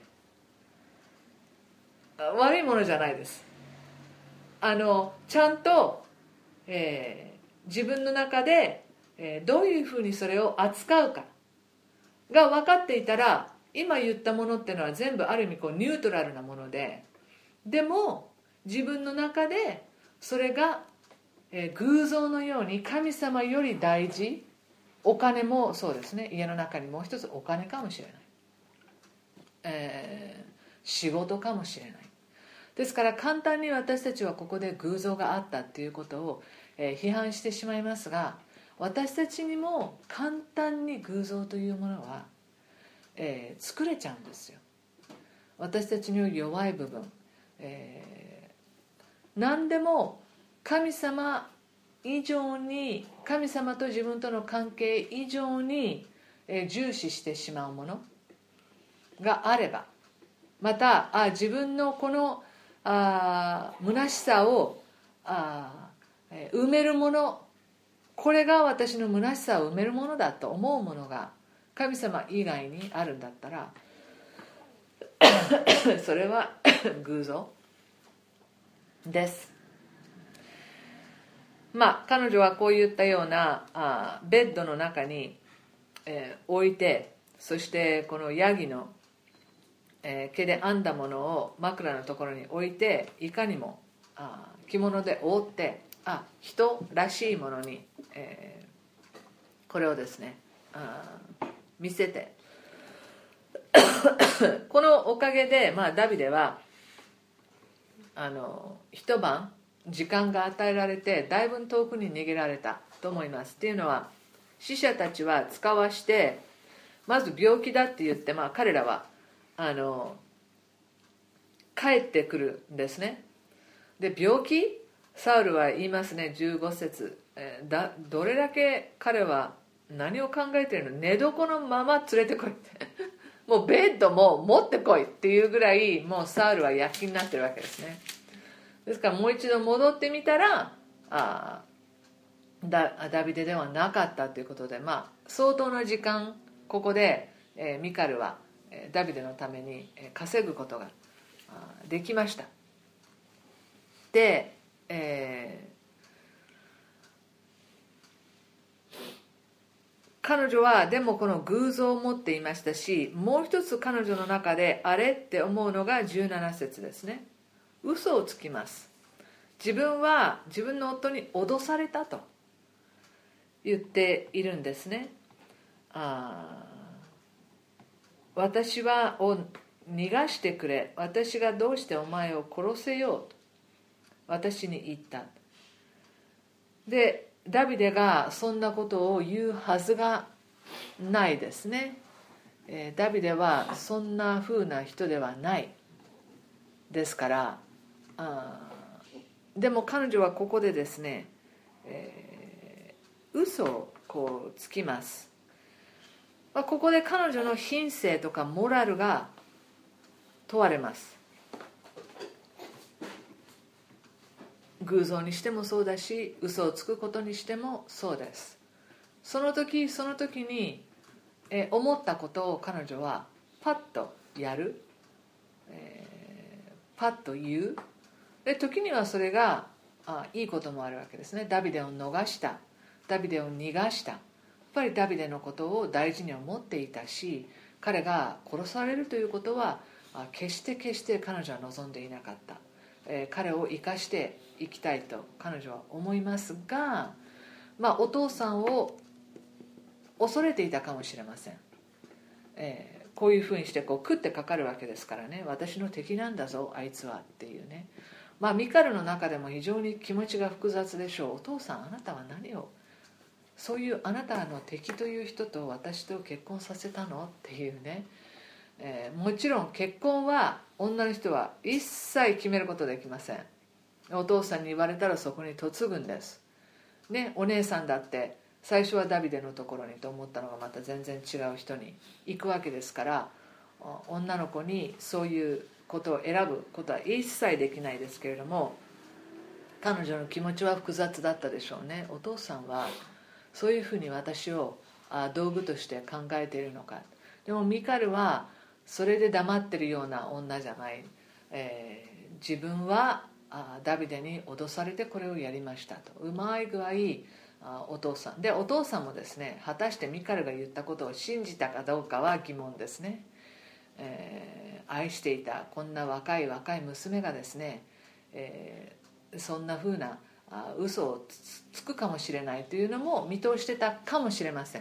悪いものじゃないです。あのちゃんと、えー、自分の中で、えー、どういうふうにそれを扱うかが分かっていたら、今言ったものっていうのは全部ある意味こうニュートラルなもので、でも自分の中でそれが、えー、偶像のように神様より大事、お金もそうですね、家の中にもう一つお金かもしれない、えー、仕事かもしれない。ですから簡単に私たちはここで偶像があったっていうことを、えー、批判してしまいますが、私たちにも簡単に偶像というものは、えー、作れちゃうんですよ。私たちの弱い部分、えー、何でも神様以上に、神様と自分との関係以上に、えー、重視してしまうものがあれば、またあ自分のこのあ虚しさをあ埋めるもの、これが私の虚しさを埋めるものだと思うものが神様以外にあるんだったらそれは偶像です。まあ彼女はこういったようなあベッドの中に、えー、置いて、そしてこのヤギのえー、毛で編んだものを枕のところに置いて、いかにもあ着物で覆って、あ人らしいものに、えー、これをですねあ見せてこのおかげで、まあ、ダビデはあの一晩時間が与えられて、だいぶ遠くに逃げられたと思います。っていうのは、死者たちは使わしてまず病気だって言って、まあ、彼らはあの帰ってくるんですね。で病気、サウルは言いますね、じゅうご節、えー、だどれだけ彼は何を考えているの、寝床のまま連れてこいってもうベッドも持ってこいっていうぐらい、もうサウルは躍起になってるわけですね。ですからもう一度戻ってみたらあダ, ダビデではなかったということで、まあ相当な時間ここで、えー、ミカルはダビデのために稼ぐことができました。で、えー、彼女はでもこの偶像を持っていましたし、もう一つ彼女の中であれって思うのがじゅうなな節ですね。 嘘をつきます。自分は自分の夫に脅されたと言っているんですね。あ私はを逃がしてくれ、私がどうしてお前を殺せようと私に言った。でダビデがそんなことを言うはずがないですね。ダビデはそんな風な人ではないですから、あでも彼女はここでですね、えー、嘘をこうつきます。まあ、ここで彼女の品性とかモラルが問われます。偶像にしてもそうだし、嘘をつくことにしてもそうです。その時その時に、えー、思ったことを彼女はパッとやる、えー、パッと言う。で時にはそれがあいいこともあるわけですね。ダビデを逃した、ダビデを逃がした、やっぱりダビデのことを大事に思っていたし、彼が殺されるということは決して決して彼女は望んでいなかった、えー、彼を生かしていきたいと彼女は思いますが、まあ、お父さんを恐れていたかもしれません、えー、こういうふうにしてこう食ってかかるわけですからね。私の敵なんだぞあいつはっていうね。まあミカルの中でも非常に気持ちが複雑でしょう。お父さんあなたは何を、そういうあなたの敵という人と私と結婚させたのっていうね、えー、もちろん結婚は女の人は一切決めることできません。お父さんに言われたらそこに嫁ぐんですね。お姉さんだって最初はダビデのところにと思ったのがまた全然違う人に行くわけですから、女の子にそういうことを選ぶことは一切できないですけれども、彼女の気持ちは複雑だったでしょうね。お父さんはそういうふうに私を道具として考えているのか。でもミカルはそれで黙ってるような女じゃない、えー、自分はダビデに脅されてこれをやりましたと、うまい具合お父さんで、お父さんもですね、果たしてミカルが言ったことを信じたかどうかは疑問ですね。えー、愛していたこんな若い若い娘がですね、えー、そんな風なあ嘘をつくかもしれないというのも見通してたかもしれません。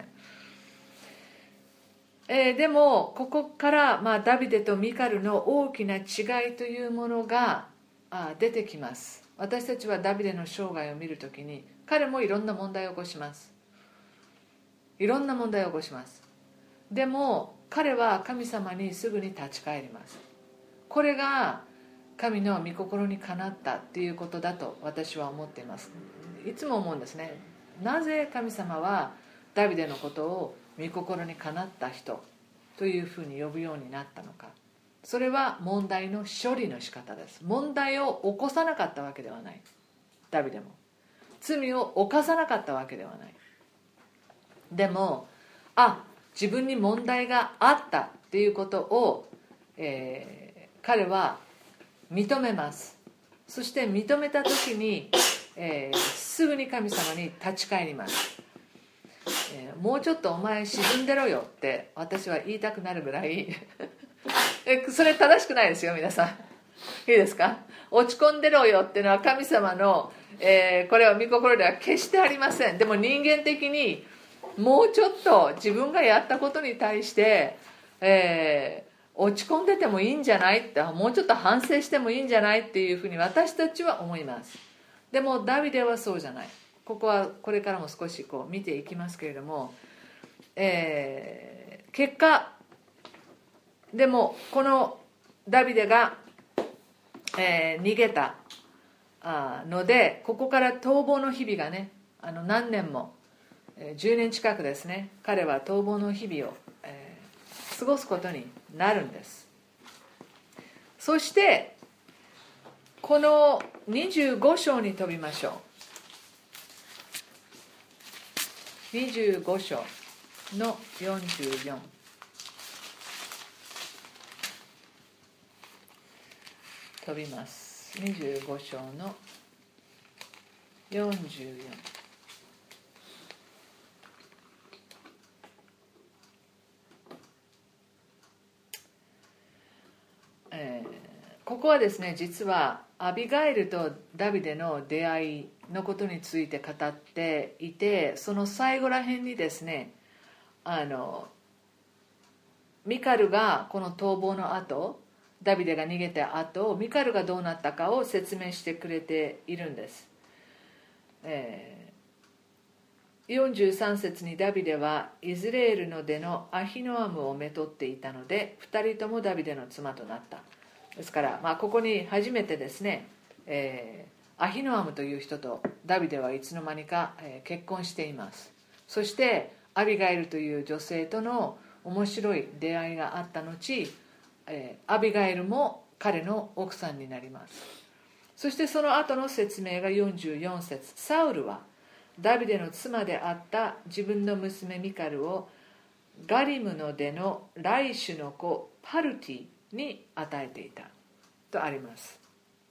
えー、でもここから、まあ、ダビデとミカルの大きな違いというものがあ出てきます。私たちはダビデの生涯を見るときに彼もいろんな問題を起こします。いろんな問題を起こします。でも彼は神様にすぐに立ち返ります。これが神の御心にかなったっていうことだと私は思っています。いつも思うんですね。なぜ神様はダビデのことを御心にかなった人というふうに呼ぶようになったのか。それは問題の処理の仕方です。問題を起こさなかったわけではない。ダビデも罪を犯さなかったわけではない。でもあ自分に問題があったっていうことを、えー、彼は認めます。そして認めた時に、えー、すぐに神様に立ち返ります、えー、もうちょっとお前沈んでろよって私は言いたくなるぐらいそれ正しくないですよ皆さん。いいですか。落ち込んでろよっていうのは神様の、えー、これは御心では決してありません。でも人間的にもうちょっと自分がやったことに対して、えー、落ち込んでてもいいんじゃないって、もうちょっと反省してもいいんじゃないっていうふうに私たちは思います。でもダビデはそうじゃない。ここはこれからも少しこう見ていきますけれども、えー、結果でもこのダビデが、えー、逃げたので、ここから逃亡の日々がね、あの何年もじゅうねん近くですね、彼は逃亡の日々を、えー、過ごすことになるんです。そしてこのにじゅうご章に飛びましょう。にじゅうご章のよんじゅうよん飛びます。にじゅうご章のよんじゅうよん。えー、ここはですね、実はアビガイルとダビデの出会いのことについて語っていて、その最後らへんにですね、あのミカルがこの逃亡の後、ダビデが逃げた後、ミカルがどうなったかを説明してくれているんです。えー、よんじゅうさん節に、ダビデはイスラエルの出のアヒノアムをめとっていたので、ふたりともダビデの妻となった。ですから、まあ、ここに初めてですね、えー、アヒノアムという人とダビデはいつの間にか、えー、結婚しています。そしてアビガイルという女性との面白い出会いがあった後、えー、アビガイルも彼の奥さんになります。そしてその後の説明がよんじゅうよん節、サウルはダビデの妻であった自分の娘ミカルをガリムの出のライシュの子パルティに与えていたとあります。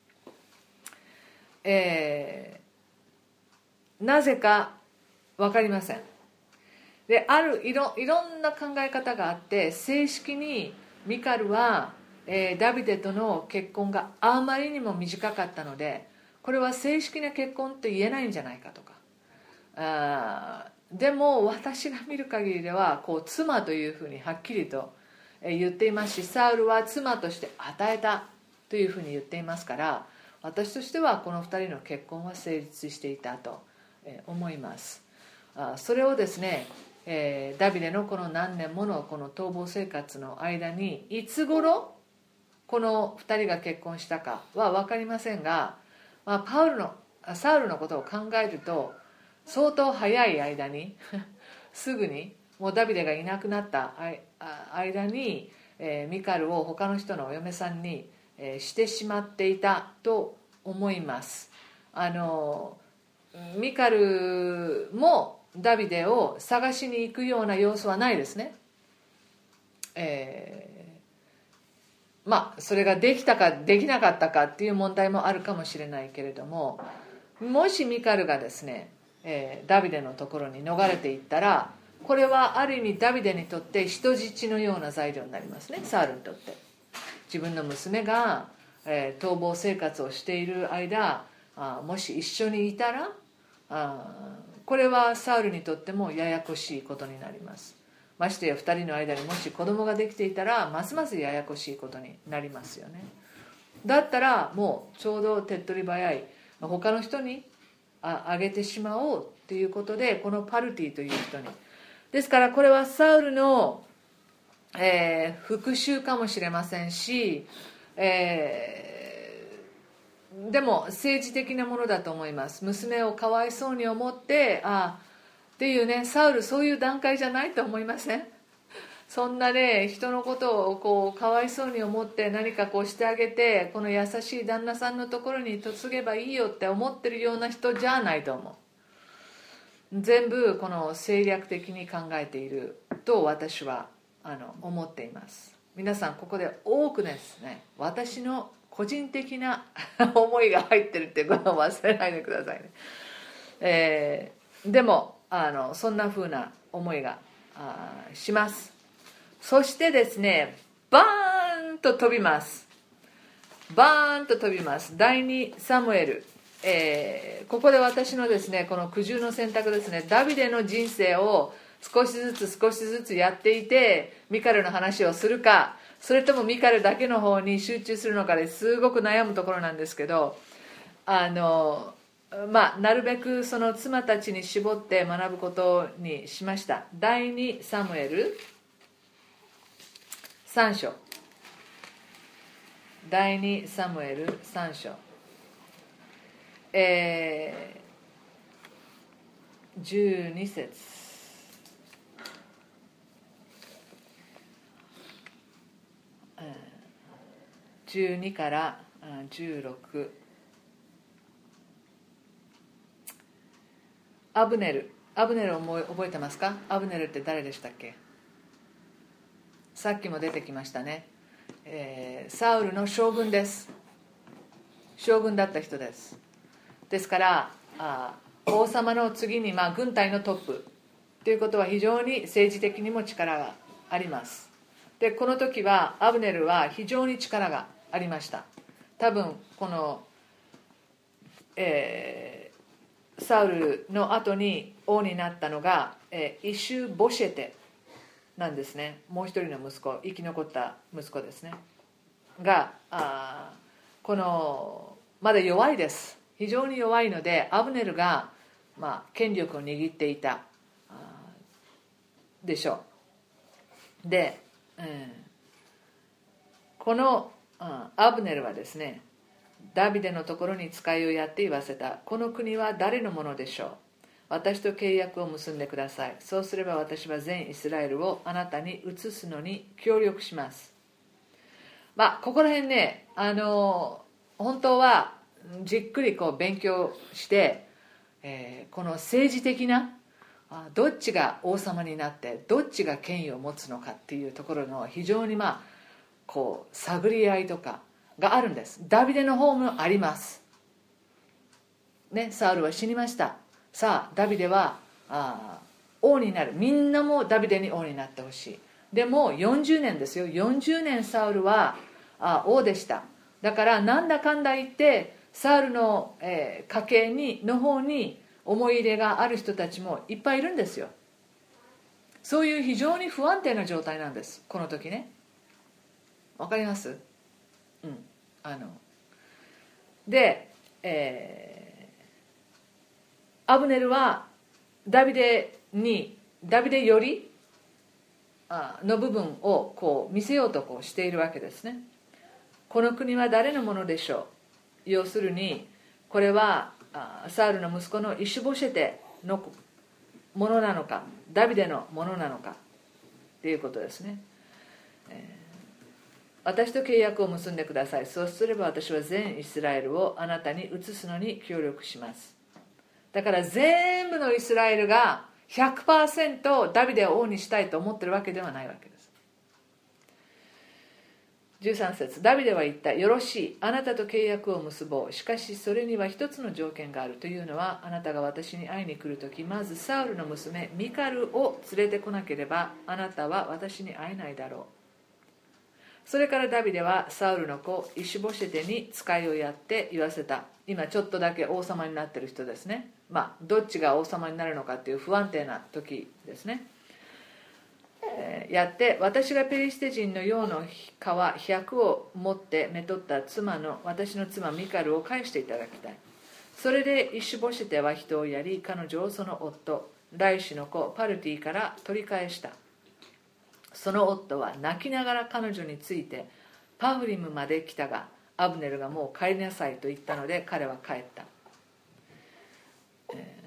えー、なぜか分かりません。で、あるいろ、いろんな考え方があって、正式にミカルは、えー、ダビデとの結婚があまりにも短かったので、これは正式な結婚と言えないんじゃないかとか、あでも私が見る限りではこう妻というふうにはっきりと言っていますし、サウルは妻として与えたというふうに言っていますから、私としてはこのふたりの結婚は成立していたと思います。それをですね、ダビデのこの何年ものこの逃亡生活の間にいつ頃このふたりが結婚したかは分かりませんが、まあ、パウルのサウルのことを考えると相当早い間にすぐにもうダビデがいなくなった間に、えー、ミカルを他の人のお嫁さんに、えー、してしまっていたと思います。あのミカルもダビデを探しに行くような様子はないですね。えー、まあそれができたかできなかったかっていう問題もあるかもしれないけれども、もしミカルがですね、えー、ダビデのところに逃れていったら、これはある意味ダビデにとって人質のような材料になりますね。サウルにとって自分の娘が、えー、逃亡生活をしている間、あもし一緒にいたら、あこれはサウルにとってもややこしいことになります。ましてやふたりの間にもし子供ができていたらますますややこしいことになりますよね。だったらもうちょうど手っ取り早い他の人にああげてしまおうということで、このパルティという人に、ですからこれはサウルの、えー、復讐かもしれませんし、えー、でも政治的なものだと思います。娘をかわいそうに思ってあっていうね、サウルそういう段階じゃないと思いません？そんなね、人のことをこうかわいそうに思って何かこうしてあげて、この優しい旦那さんのところに嫁げばいいよって思ってるような人じゃないと思う。全部この政略的に考えていると私はあの思っています。皆さんここで多くですね、私の個人的な思いが入ってるっていうことを忘れないでくださいね。えー、でもあのそんな風な思いがあします。そしてですね、バーンと飛びますバーンと飛びますだいにサムエル、えー、ここで私のですねこの苦渋の選択ですね、ダビデの人生を少しずつ少しずつやっていてミカルの話をするか、それともミカルだけの方に集中するのかですごく悩むところなんですけど、あのまあなるべくその妻たちに絞って学ぶことにしました。だいにサムエルさん章、だいにサムエルさん章、えー、じゅうに節、じゅうにからじゅうろく、アブネル、アブネルを覚えてますか？アブネルって誰でしたっけ？さっきも出てきましたね、えー、サウルの将軍です。将軍だった人です。ですからあ王様の次に、まあ、軍隊のトップということは非常に政治的にも力があります。でこの時はアブネルは非常に力がありました。多分このえー、サウルの後に王になったのが、えー、イシュボシェテなんですね。もう一人の息子、生き残った息子ですねが、あこのまだ弱いです。非常に弱いので、アブネルが、まあ、権力を握っていたでしょう。で、うん、この、うん、アブネルはですね、ダビデのところに使いをやって言わせた。この国は誰のものでしょう。私と契約を結んでください。そうすれば私は全イスラエルをあなたに移すのに協力します。まあここら辺ね、あの本当はじっくりこう勉強して、えー、この政治的などっちが王様になってどっちが権威を持つのかっていうところの非常にまあこう探り合いとかがあるんです。ダビデの方もありますね。サウルは死にました。さあダビデはあ王になる。みんなもダビデに王になってほしい。でもよんじゅうねんですよ。よんじゅうねんサウルはあ王でした。だからなんだかんだ言ってサウルの、えー、家系にの方に思い入れがある人たちもいっぱいいるんですよ。そういう非常に不安定な状態なんです、この時ね。わかります？うん、あので、えー、アブネルはダビデにダビデよりの部分をこう見せようとこうしているわけですね。この国は誰のものでしょう。要するにこれはサウルの息子のイシュボシェテのものなのか、ダビデのものなのかということですね。えー私と契約を結んでください。そうすれば私は全イスラエルをあなたに移すのに協力します。だから全部のイスラエルが ひゃくパーセント ダビデを王にしたいと思ってるわけではないわけです。じゅうさん節、ダビデは言った。よろしい、あなたと契約を結ぼう。しかしそれには一つの条件がある。というのは、あなたが私に会いに来るとき、まずサウルの娘ミカルを連れてこなければあなたは私に会えないだろう。それからダビデはサウルの子イシュボシェテに使いをやって言わせた。今ちょっとだけ王様になってる人ですね。まあどっちが王様になるのかっていう不安定な時ですね。えー、やって、私がペリシテ人の用の皮ひゃくを持ってめとった妻の私の妻ミカルを返していただきたい。それでイシュボシェテは人をやり、彼女をその夫ライシュの子パルティから取り返した。その夫は泣きながら彼女についてパフリムまで来たが、アブネルがもう帰りなさいと言ったので彼は帰った。え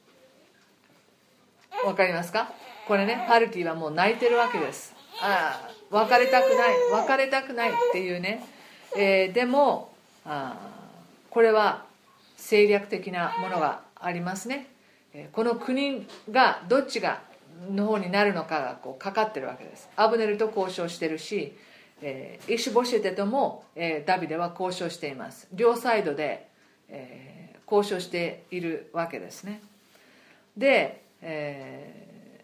ー、わかりますか？これね、パルティはもう泣いてるわけです。ああ、別れたくない別れたくないっていうね、えー、でもあこれは政略的なものがありますね。この国がどっちがの方になるのかがこうかかってるわけです。アブネルと交渉してるし、えー、イシュボシェテとも、えー、ダビデは交渉しています。両サイドで、えー、交渉しているわけですね。で、え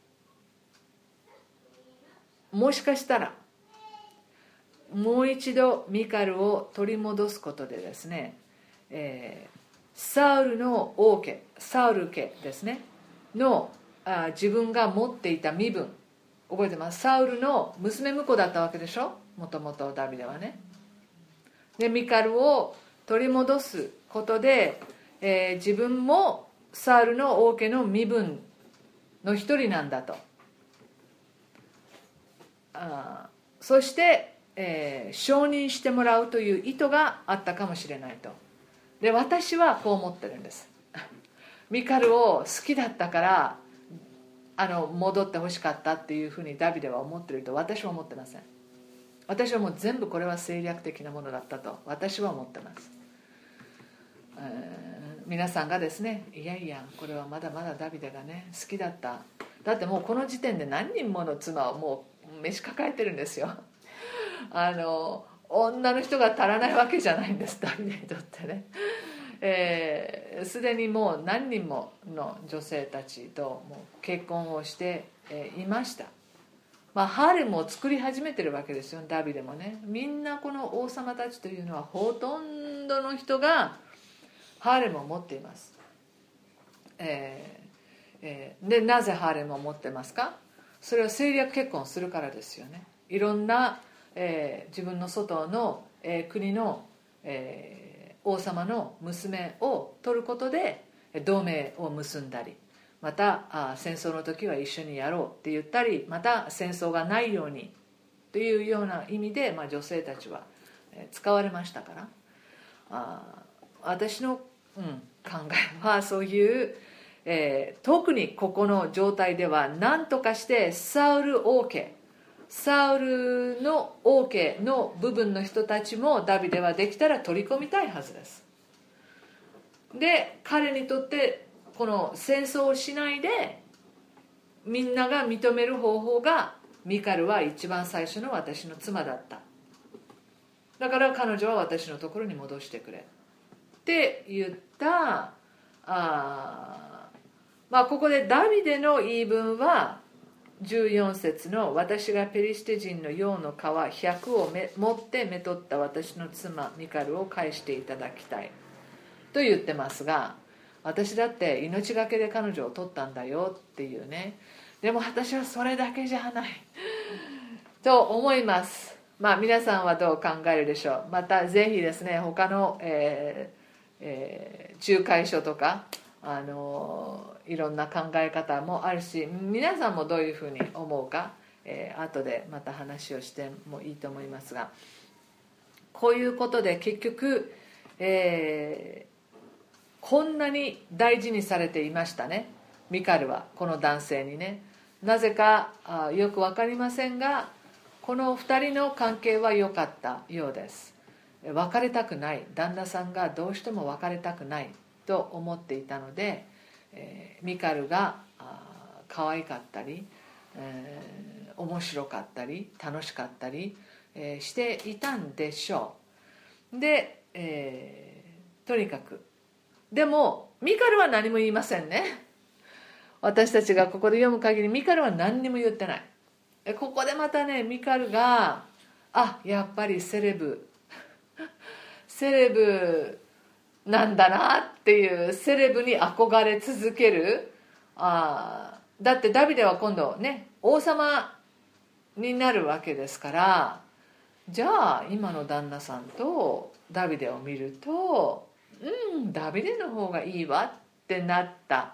ー、もしかしたらもう一度ミカルを取り戻すことでですね、えー、サウルの王家サウル家ですねのあ自分が持っていた身分覚えてます？サウルの娘婿だったわけでしょ、もともとダビデはね。でミカルを取り戻すことで、えー、自分もサウルの王家の身分の一人なんだと。あそして、えー、承認してもらうという意図があったかもしれないと。で私はこう思ってるんです。ミカルを好きだったからあの戻ってほしかったっていうふうにダビデは思っていると私は思ってません。私はもう全部これは政略的なものだったと私は思ってます。えー、皆さんがですね、いやいやこれはまだまだダビデがね好きだった。だってもうこの時点で何人もの妻をもう召し抱えてるんですよ。あの女の人が足らないわけじゃないんです、ダビデにとってね。えー、すでにもう何人もの女性たちともう結婚をして、えー、いました。まあハレムを作り始めてるわけですよ、ダビデもね。みんなこの王様たちというのはほとんどの人がハーレムを持っています、えーえー、でなぜハーレムを持ってますか？それは政略結婚するからですよね。いろんな、えー、自分の外の、えー、国の、えー、王様の娘を取ることで同盟を結んだり、またあ戦争の時は一緒にやろうって言ったり、また戦争がないようにというような意味で、まあ、女性たちは使われましたから、あ私の、うん、考えはそういう、えー、特にここの状態では何とかしてサウル王家サウルの王家の部分の人たちもダビデはできたら取り込みたいはずです。で彼にとってこの戦争をしないでみんなが認める方法が、ミカルは一番最初の私の妻だった、だから彼女は私のところに戻してくれって言ったあ、まあ、ここでダビデの言い分はじゅうよん節の私がペリシテ人の羊の皮ひゃくをめ持ってめとった私の妻ミカルを返していただきたいと言ってますが、私だって命がけで彼女を取ったんだよっていうね。でも私はそれだけじゃないと思います。まあ皆さんはどう考えるでしょう。またぜひですね、他の、えーえー、仲介書とかあのいろんな考え方もあるし、皆さんもどういうふうに思うか、えー、後でまた話をしてもいいと思いますが、こういうことで結局、えー、こんなに大事にされていましたね、ミカルはこの男性にね。なぜかあよく分かりませんが、このふたりの関係は良かったようです。別れたくない、旦那さんがどうしても別れたくないと思っていたので、えー、ミカルがあ可愛かったり、えー、面白かったり楽しかったり、えー、していたんでしょう。で、えー、とにかくでもミカルは何も言いませんね。私たちがここで読む限りミカルは何にも言ってない。ここでまたね、ミカルがあやっぱりセレブセレブなんだなっていう、セレブに憧れ続ける。あだってダビデは今度ね王様になるわけですから、じゃあ今の旦那さんとダビデを見ると、うんダビデの方がいいわってなった、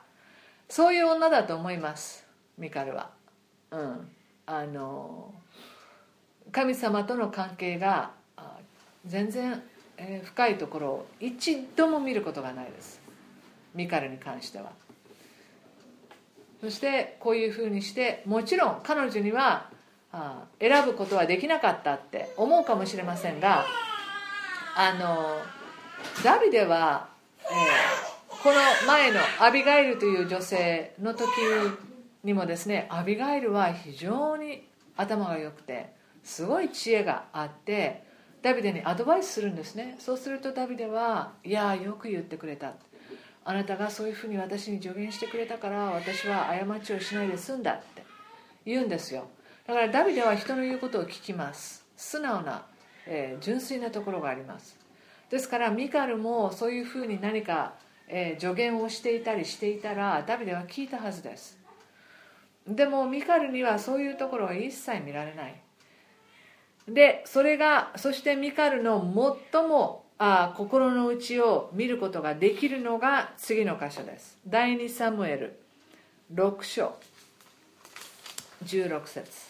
そういう女だと思いますミカルは。うんあの神様との関係が全然えー、深いところを一度も見ることがないです、ミカルに関しては。そしてこういうふうにして、もちろん彼女にはあ選ぶことはできなかったって思うかもしれませんが、あのダビデは、えー、この前のアビガイルという女性の時にもですね、アビガイルは非常に頭が良くてすごい知恵があってダビデにアドバイスするんですね。そうするとダビデは、いやよく言ってくれた、あなたがそういうふうに私に助言してくれたから私は過ちをしないで済んだって言うんですよ。だからダビデは人の言うことを聞きます。素直な、えー、純粋なところがあります。ですからミカルもそういうふうに何か、えー、助言をしていたりしていたらダビデは聞いたはずです。でもミカルにはそういうところは一切見られない。でそれがそしてミカルの最もあ心の内を見ることができるのが次の箇所です。第二サムエルろく章じゅうろく節、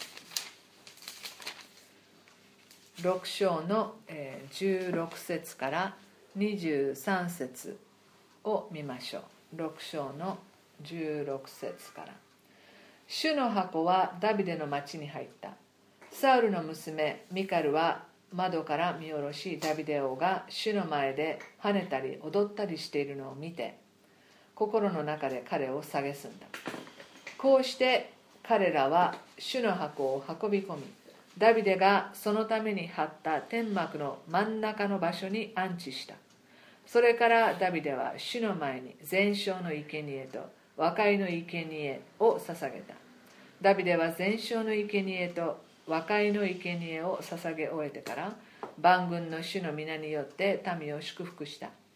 ろく章のじゅうろく節からにじゅうさん節を見ましょう。ろく章のじゅうろく節から、主の箱はダビデの町に入った。サウルの娘ミカルは窓から見下ろし、ダビデ王が主の前で跳ねたり踊ったりしているのを見て、心の中で彼を蔑んだ。こうして彼らは主の箱を運び込み、ダビデがそのために張った天幕の真ん中の場所に安置した。それからダビデは主の前に全焼の生贄と和解の生贄を捧げた。ダビデは全焼の生贄と和解の生贄を捧げ終えてから、万軍の主の皆によって民を祝福した。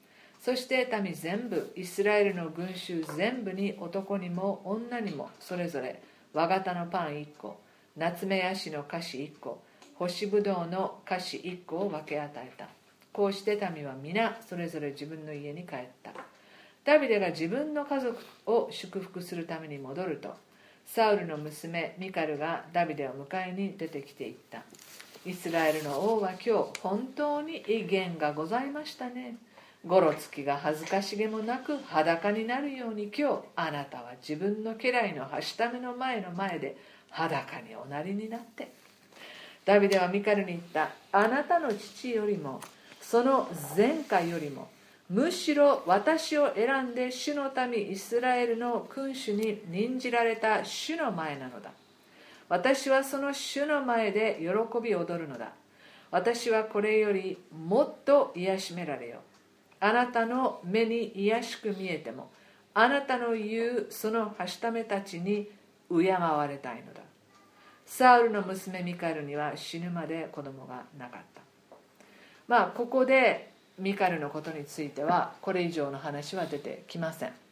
そして民全部、イスラエルの群衆全部に、男にも女にもそれぞれ和型のパンいっこ、ナツメヤシの菓子いっこ、干しぶどうの菓子いっこを分け与えた。こうして民は皆それぞれ自分の家に帰った。ダビデが自分の家族を祝福するために戻ると、サウルの娘ミカルがダビデを迎えに出てきていった。イスラエルの王は今日本当に威厳がございましたね。ごろつきが恥ずかしげもなく裸になるように、今日あなたは自分の家来のはしための前の前で裸におなりになって。ダビデはミカルに言った。あなたの父よりもその前回よりもむしろ私を選んで主の民イスラエルの君主に任じられた主の前なのだ。私はその主の前で喜び踊るのだ。私はこれよりもっと癒しめられよう。あなたの目に癒しく見えても、あなたの言うそのはしためたちに敬われたいのだ。サウルの娘ミカルには死ぬまで子供がなかった。まあここでミカルのことについてはこれ以上の話は出てきません。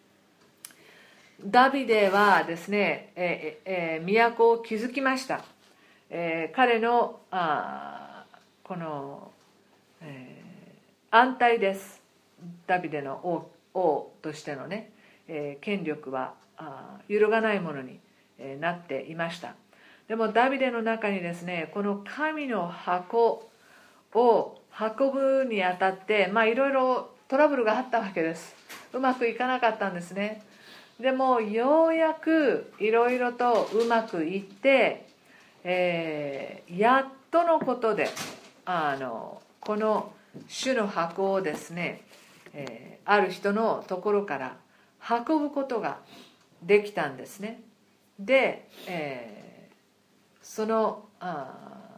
ダビデはですね、えーえー、都を築きました。えー、彼のあこの、えー安泰です。ダビデの 王, 王としてのね、えー、権力はあ揺るがないものに、えー、なっていました。でもダビデの中にですね、この神の箱を運ぶにあたってまあいろいろトラブルがあったわけです。うまくいかなかったんですね。でもようやくいろいろとうまくいって、えー、やっとのことであのこの主の箱をですね、えー、ある人のところから運ぶことができたんですね。で、えー、そのあ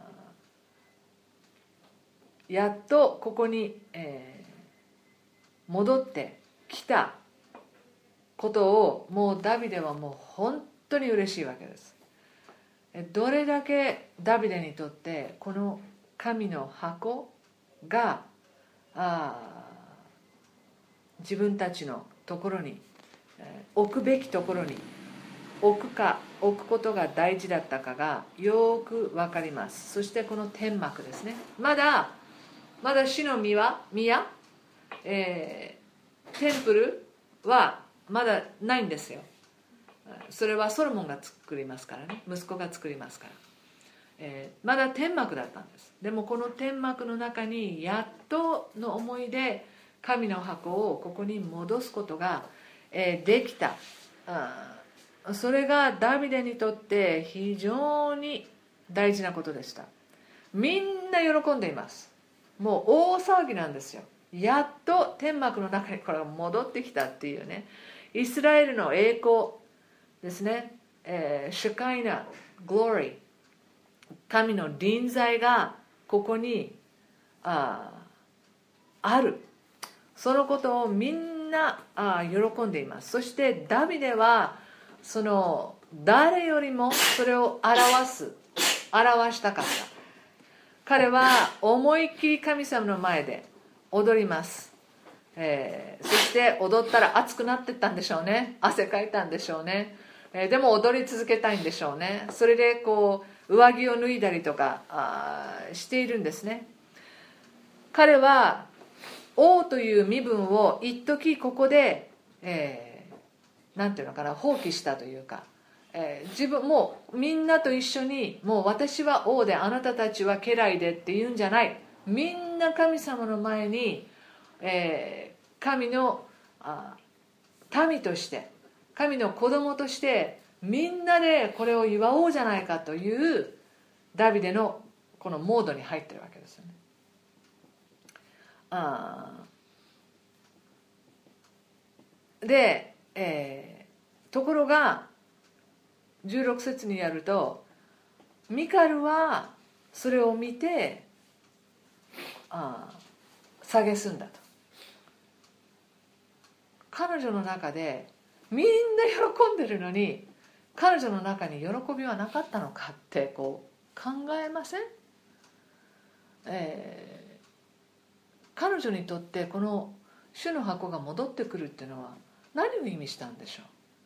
やっとここに、えー、戻ってきたことをもうダビデはもう本当に嬉しいわけです。どれだけダビデにとってこの神の箱があ自分たちのところに、えー、置くべきところに置くか置くことが大事だったかがよく分かります。そしてこの天幕ですね、まだまだ主の宮、宮、えー、テンプルはまだないんですよ。それはソロモンが作りますからね、息子が作りますから、えー、まだ天幕だったんです。でもこの天幕の中にやっとの思いで神の箱をここに戻すことが、えー、できた。あそれがダビデにとって非常に大事なことでした。みんな喜んでいます。もう大騒ぎなんですよ。やっと天幕の中にこれが戻ってきたっていうね、イスラエルの栄光ですね、えー、主会なグローリー、神の臨在がここに あ, ある、そのことをみんなあ喜んでいます。そしてダビデはその誰よりもそれを表す表したかった。彼は思いっきり神様の前で踊ります、えー、そして踊ったら熱くなってったんでしょうね。汗かいたんでしょうね、えー、でも踊り続けたいんでしょうね。それでこう上着を脱いだりとかあしているんですね。彼は王という身分を一時ここで、えー、なんていうのかな、放棄したというか、えー、自分もうみんなと一緒にもう私は王であなたたちは家来でっていうんじゃない。みんな神様の前に、えー、神のあ民として神の子供としてみんなでこれを祝おうじゃないかというダビデのこのモードに入ってるわけですよね。あで、えー、ところがじゅうろく節にやるとミカルはそれを見てあ蔑んだと。彼女の中でみんな喜んでるのに彼女の中に喜びはなかったのかってこう考えません？えー、彼女にとってこの主の箱が戻ってくるっていうのは何を意味したんでしょ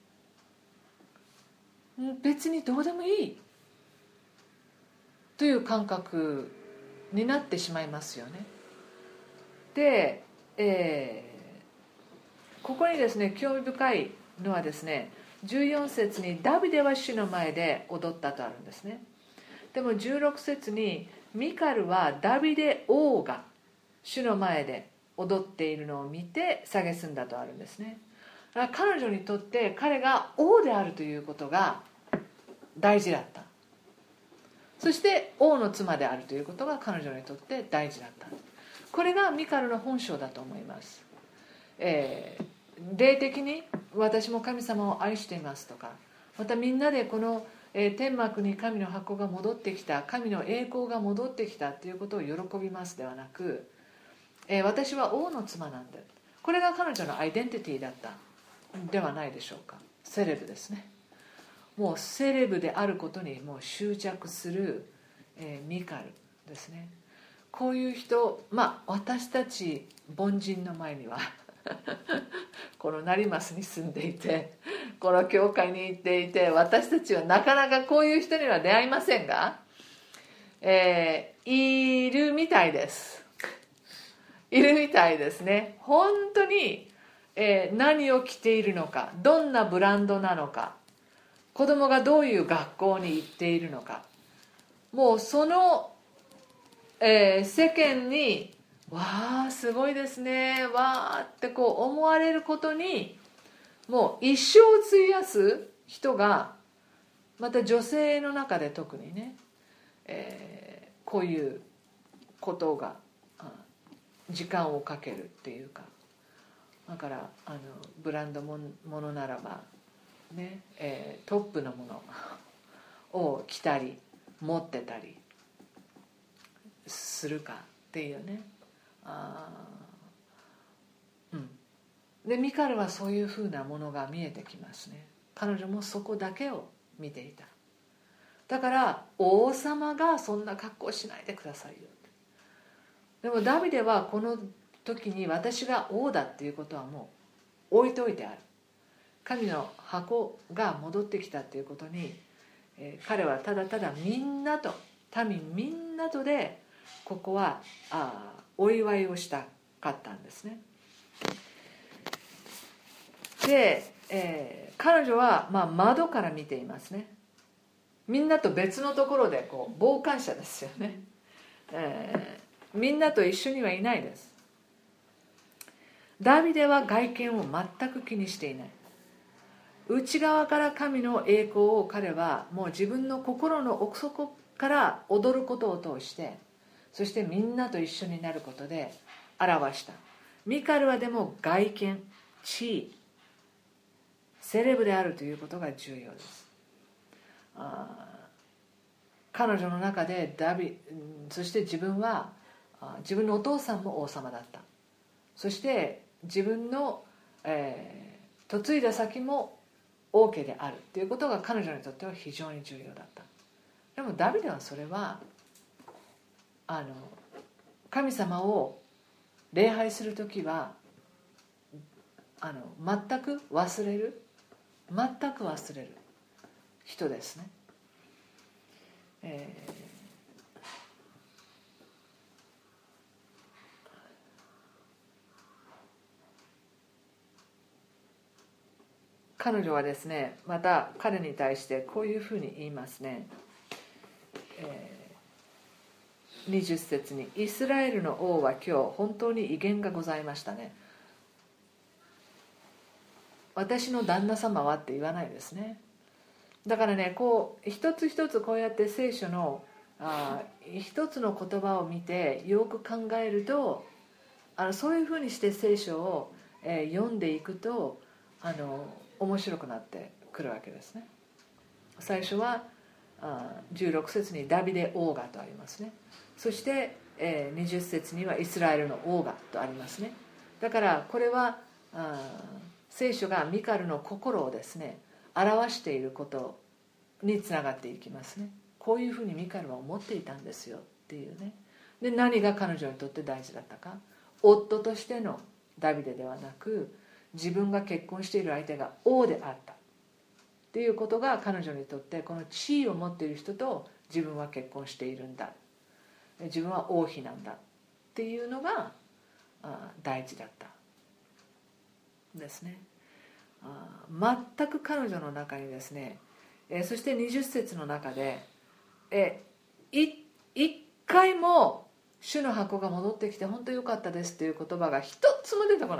う。別にどうでもいいという感覚になってしまいますよね。で、えー、ここにですね興味深いのはですね、じゅうよん節にダビデは主の前で踊ったとあるんですね。でもじゅうろく節にミカルはダビデ王が主の前で踊っているのを見て蔑んだとあるんですね。だから彼女にとって彼が王であるということが大事だった。そして王の妻であるということが彼女にとって大事だった。これがミカルの本性だと思います。えー、霊的に私も神様を愛していますとか、またみんなでこの天幕に神の箱が戻ってきた、神の栄光が戻ってきたということを喜びますではなく、えー、私は王の妻なんだ、これが彼女のアイデンティティだったではないでしょうか。セレブですね。もうセレブであることにもう執着する、えー、ミカルですね。こういう人、まあ私たち凡人の前にはこの成増に住んでいて、この教会に行っていて、私たちはなかなかこういう人には出会いませんが、えー、いるみたいですいるみたいですね。本当に、えー、何を着ているのか、どんなブランドなのか、子供がどういう学校に行っているのか、もうその、えー、世間にわあすごいですね、わあってこう思われることにもう一生費やす人が、また女性の中で特にね、えー、こういうことが時間をかけるっていうか、だからあのブランドものならばね、えー、トップのものを着たり持ってたりするかっていうね。あ、うん、でミカルはそういうふうなものが見えてきますね。彼女もそこだけを見ていた。だから王様がそんな格好しないでくださいよ。でもダビデはこの時に私が王だっていうことはもう置いといてある。神の箱が戻ってきたっていうことに、えー、彼はただただみんなと民みんなとでここはあお祝いをしたかったんですね。で、えー、彼女は、まあ、窓から見ていますね。みんなと別のところでこう傍観者ですよね、えー、みんなと一緒にはいないです。ダビデは外見を全く気にしていない。内側から神の栄光を彼はもう自分の心の奥底から踊ることを通して、そしてみんなと一緒になることで表した。ミカルはでも外見、地位、セレブであるということが重要です。あ、彼女の中でダビ、そして自分は自分のお父さんも王様だった。そして自分の、えー、嫁いだ先も王家であるということが彼女にとっては非常に重要だった。でもダビデはそれはあの神様を礼拝するときはあの全く忘れる全く忘れる人ですね。えー、彼女はですね、また彼に対してこういうふうに言いますね。えー、にじゅっ節にイスラエルの王は今日本当に威厳がございましたね。私の旦那様はって言わないですね。だからね、こう一つ一つこうやって聖書のあ一つの言葉を見てよく考えると、あのそういうふうにして聖書を、えー、読んでいくとあの面白くなってくるわけですね。最初はあじゅうろく節にダビデ王がとありますね。そして、えー、にじゅっ節にはイスラエルの王がとありますね。だからこれはあ聖書がミカルの心をですね表していることにつながっていきますね。こういうふうにミカルは思っていたんですよっていうね。で何が彼女にとって大事だったか、夫としてのダビデではなく、自分が結婚している相手が王であったっていうことが彼女にとって、この地位を持っている人と自分は結婚しているんだ、自分は王妃なんだっていうのが大事だったですね。全く彼女の中にですね、そしてにじゅっ節の中で一回も主の箱が戻ってきて本当に良かったですっていう言葉が一つも出てこない、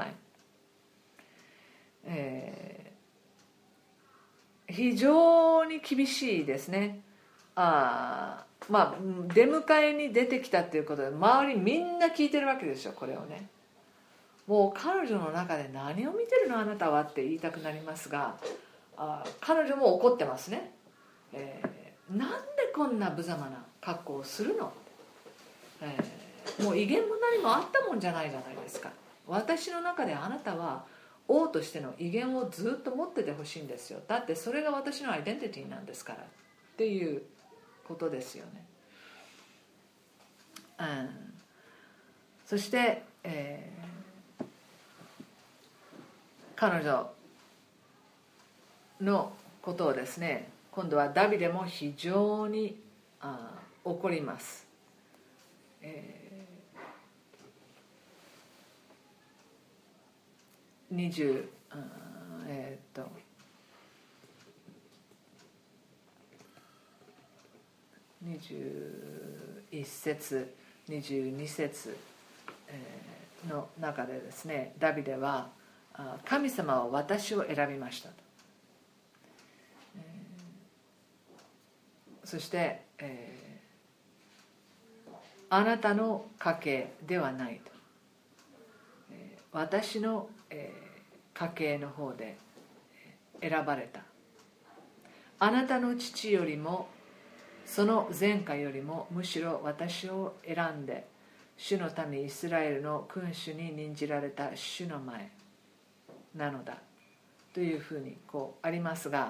えー、非常に厳しいですね。あまあ出迎えに出てきたっていうことで周りみんな聞いてるわけですよ、これをね。もう彼女の中で何を見てるのあなたはって言いたくなりますが、あ彼女も怒ってますね、えー、なんでこんな無様な格好をするの、えー、もう威厳も何もあったもんじゃないじゃないですか。私の中であなたは王としての威厳をずっと持っててほしいんですよ、だってそれが私のアイデンティティなんですからっていうことですよね、うん、そして、えー、彼女のことをですね、今度はダビデも非常にあ怒ります、えー、にじゅうえー、っとにじゅういっ節にじゅうに節の中でですね、ダビデは神様は私を選びましたと、えー、そして、えー、あなたの家系ではないと、えー、私の、えー、家系の方で選ばれた、あなたの父よりもその前科よりもむしろ私を選んで主の民イスラエルの君主に任じられた主の前なのだというふうにこうありますが、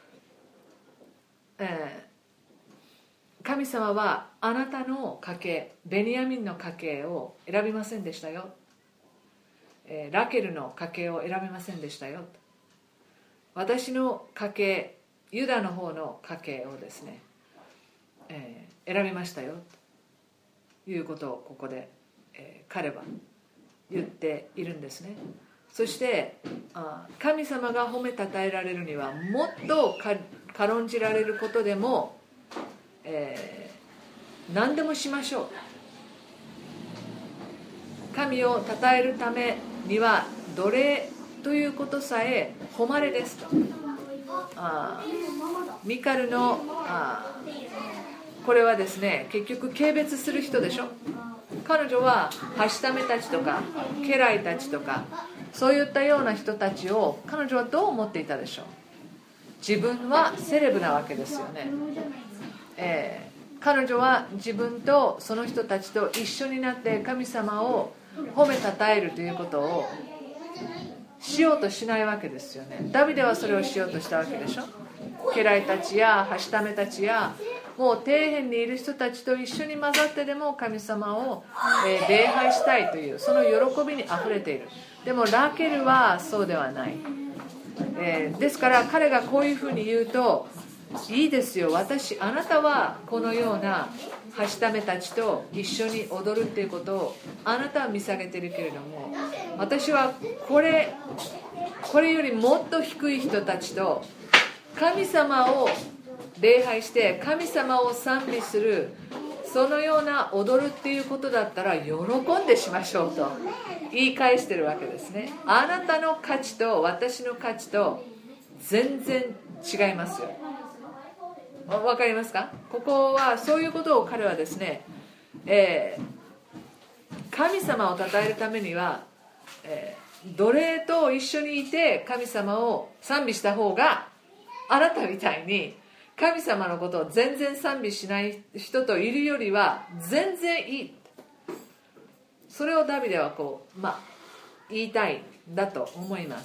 えー、神様はあなたの家系ベニヤミンの家系を選びませんでしたよ、えー、ラケルの家系を選びませんでしたよ、私の家系ユダの方の家系をですねえー、選びましたよということをここで、えー、彼は言っているんですね。そしてあ神様が褒めたたえられるにはもっと軽んじられることでも、えー、何でもしましょう。神をたたえるためには奴隷ということさえ誉れですと。あミカルのあこれはですね、結局軽蔑する人でしょ。彼女ははしためたちとか家来たちとかそういったような人たちを彼女はどう思っていたでしょう。自分はセレブなわけですよね、えー、彼女は自分とその人たちと一緒になって神様を褒めたたえるということをしようとしないわけですよね。ダビデはそれをしようとしたわけでしょ。家来たちやはしためたちやもう底辺にいる人たちと一緒に混ざってでも神様を、えー、礼拝したいというその喜びにあふれている。でもラケルはそうではない、えー、ですから彼がこういうふうに言うと、いいですよ、私あなたはこのようなはしためたちと一緒に踊るっていうことをあなたは見下げてるけれども、私はこれこれよりもっと低い人たちと神様を礼拝して神様を賛美するそのような踊るっていうことだったら喜んでしましょうと言い返してるわけですね。あなたの価値と私の価値と全然違いますよ。わかりますか？ここはそういうことを彼はですね、えー、神様を称えるためには、えー、奴隷と一緒にいて神様を賛美した方があなたみたいに神様のことを全然賛美しない人といるよりは全然いい。それをダビデはこう、まあ、言いたいんだと思います。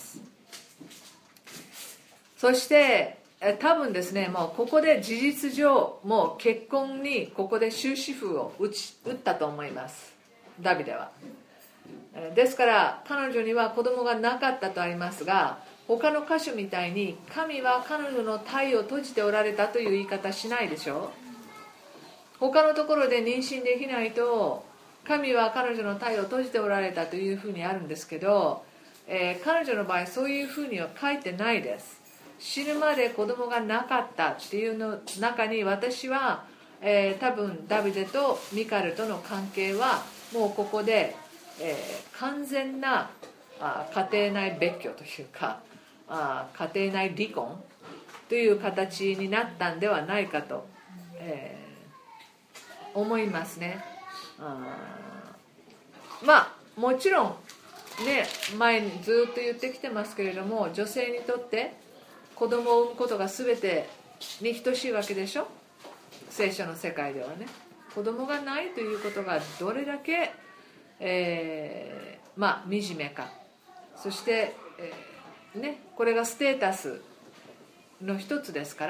そして多分ですね、もうここで事実上もう結婚にここで終止符を打ち打ったと思います、ダビデは。 ですから彼女には子供がなかったとありますが、他の箇所みたいに神は彼女の体を閉じておられたという言い方しないでしょ。他のところで妊娠できないと神は彼女の体を閉じておられたというふうにあるんですけど、えー、彼女の場合そういうふうには書いてないです。死ぬまで子供がなかったっていうの中に、私は、えー、多分ダビデとミカルとの関係はもうここで、えー、完全なあ家庭内別居というか、あ家庭内離婚という形になったんではないかと、えー、思いますね。あまあもちろんね、前にずっと言ってきてますけれども、女性にとって子供を産むことが全てに等しいわけでしょ。聖書の世界ではね、子供がないということがどれだけ、えー、まあ惨めか、そして、えーね、これがステータスの一つですから、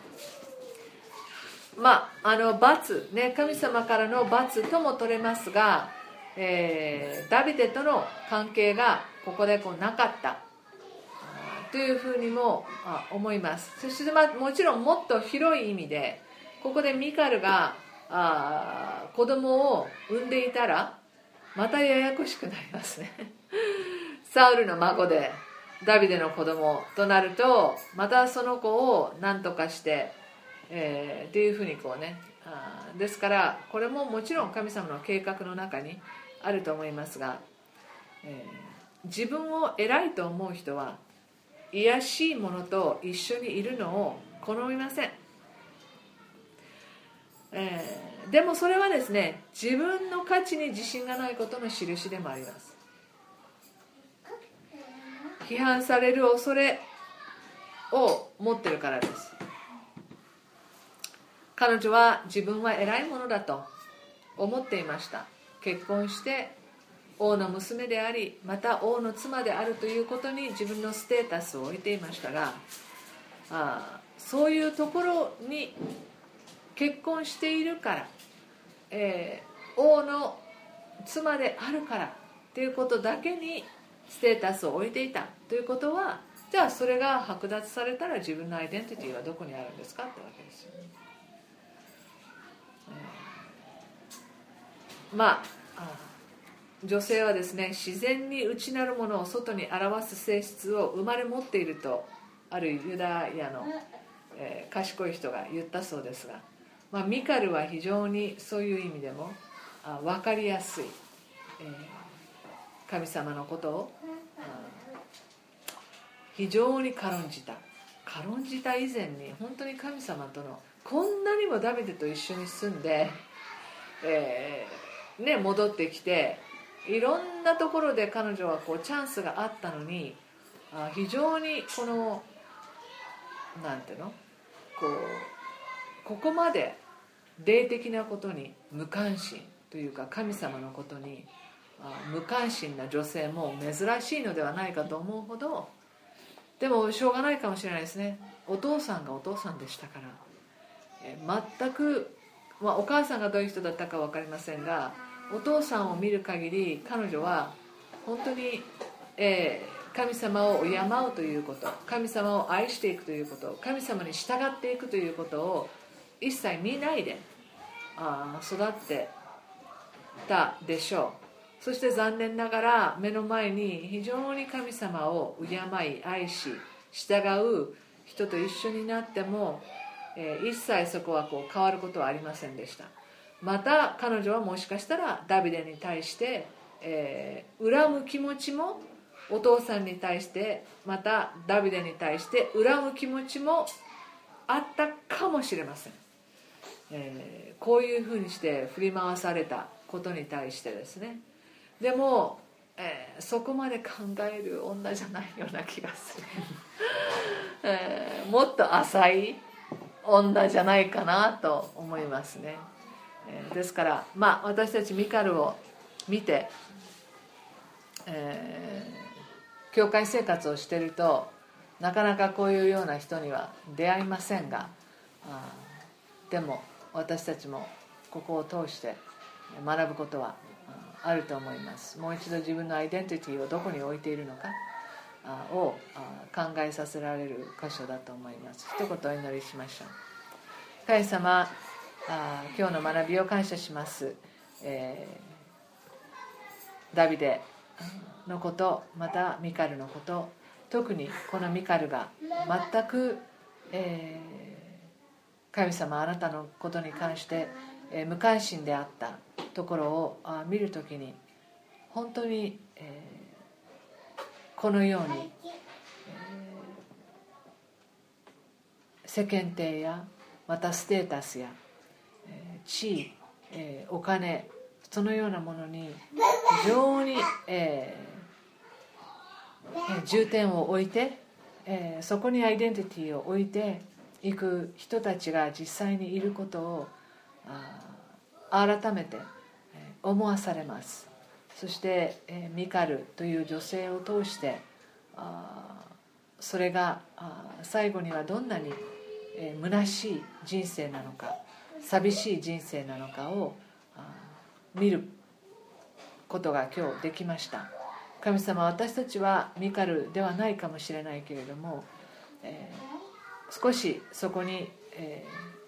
まああの罰ね、神様からの罰とも取れますが、えー、ダビデとの関係がここでこうなかったというふうにも思います。そして、まあ、もちろんもっと広い意味で、ここでミカルがあ子供を産んでいたらまたややこしくなりますね。サウルの孫でダビデの子供となると、またその子を何とかして、えー、っていうふうにこうね、あですからこれももちろん神様の計画の中にあると思いますが、えー、自分を偉いと思う人は卑しいものと一緒にいるのを好みません。えー、でもそれはですね、自分の価値に自信がないことの印でもあります。批判される恐れを持ってるからです。彼女は自分は偉いものだと思っていました。結婚して王の娘であり、また王の妻であるということに自分のステータスを置いていましたが、あそういうところに結婚しているから、えー、王の妻であるからということだけにステータスを置いていたということは、じゃあそれが剥奪されたら自分のアイデンティティはどこにあるんですかってわけですよね。えー、まあ女性はですね、自然に内なるものを外に表す性質を生まれ持っていると、あるユダヤの、えー、賢い人が言ったそうですが、まあ、ミカルは非常にそういう意味でもあ分かりやすい、えー、神様のことを非常に軽んじた軽んじた以前に、本当に神様とのこんなにもダビデと一緒に住んで、えーね、戻ってきて、いろんなところで彼女はこうチャンスがあったのに、あ非常にこのなんていうのこうここまで霊的なことに無関心というか、神様のことに無関心な女性も珍しいのではないかと思うほど、でもしょうがないかもしれないですね。お父さんがお父さんでしたから、え全く、まあ、お母さんがどういう人だったか分かりませんが、お父さんを見る限り彼女は本当に、えー、神様を敬うということ、神様を愛していくということ、神様に従っていくということを一切見ないであ育ってたでしょう。そして残念ながら目の前に非常に神様を敬い愛し従う人と一緒になっても、えー、一切そこはこう変わることはありませんでした。また彼女はもしかしたらダビデに対して、えー、恨む気持ちも、お父さんに対してまたダビデに対して恨む気持ちもあったかもしれません。えー、こういうふうにして振り回されたことに対してですね。でも、えー、そこまで考える女じゃないような気がする、えー、もっと浅い女じゃないかなと思いますね。ですから、まあ、私たちミカルを見て、えー、教会生活をしているとなかなかこういうような人には出会いませんが、あでも私たちもここを通して学ぶことはあると思います。もう一度自分のアイデンティティをどこに置いているのかを考えさせられる箇所だと思います。一言お祈りしましょう。神様、今日の学びを感謝します。えー、ダビデのこと、またミカルのこと、特にこのミカルが全く、えー、神様あなたのことに関して、えー、無関心であったところを見るときに本当に、えー、このように、えー、世間体やまたステータスや、えー、地位、えー、お金、そのようなものに非常に、えー重点を置いて、えー、そこにアイデンティティを置いていく人たちが実際にいることをあ改めて思わされます。そして、えー、ミカルという女性を通してあそれがあ最後にはどんなに、えー、虚しい人生なのか寂しい人生なのかを見ることが今日できました。神様、私たちはミカルではないかもしれないけれども、えー、少しそこに、え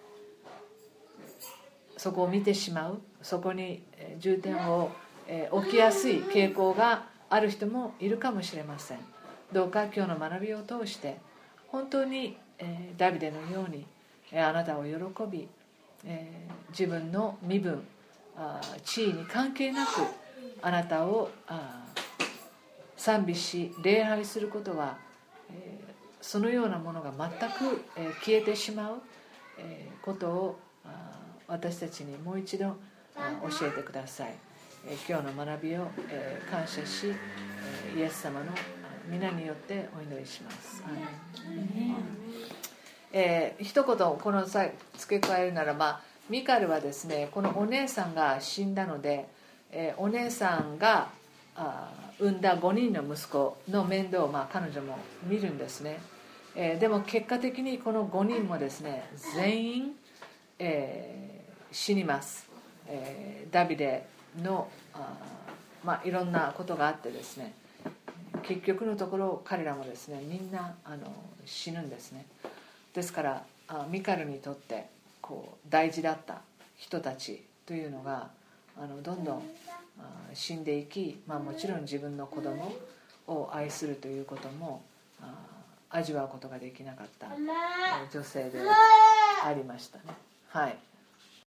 ー、そこを見てしまう、そこに重点を、えー、置きやすい傾向がある人もいるかもしれません。どうか今日の学びを通して本当に、えー、ダビデのように、えー、あなたを喜び、えー、自分の身分、あ地位に関係なくあなたをあ賛美し礼拝することは、えー、そのようなものが全く、えー、消えてしまう、えー、ことを私たちにもう一度教えてください。えー、今日の学びを、えー、感謝し、えー、イエス様の皆によってお祈りします。えー、一言この際付け加えるならば、ミカルはですね、このお姉さんが死んだので、えー、お姉さんがあ産んだごにんの息子の面倒を、まあ、彼女も見るんですね。えー、でも結果的にこのごにんもですね全員、えー、死にます。えー、ダビデのあ、まあ、いろんなことがあってですね、結局のところ彼らもですねみんなあの死ぬんですね。ですからあミカルにとってこう大事だった人たちというのがあのどんどん死んでいき、まあ、もちろん自分の子供を愛するということも味わうことができなかった女性でありましたね。はい。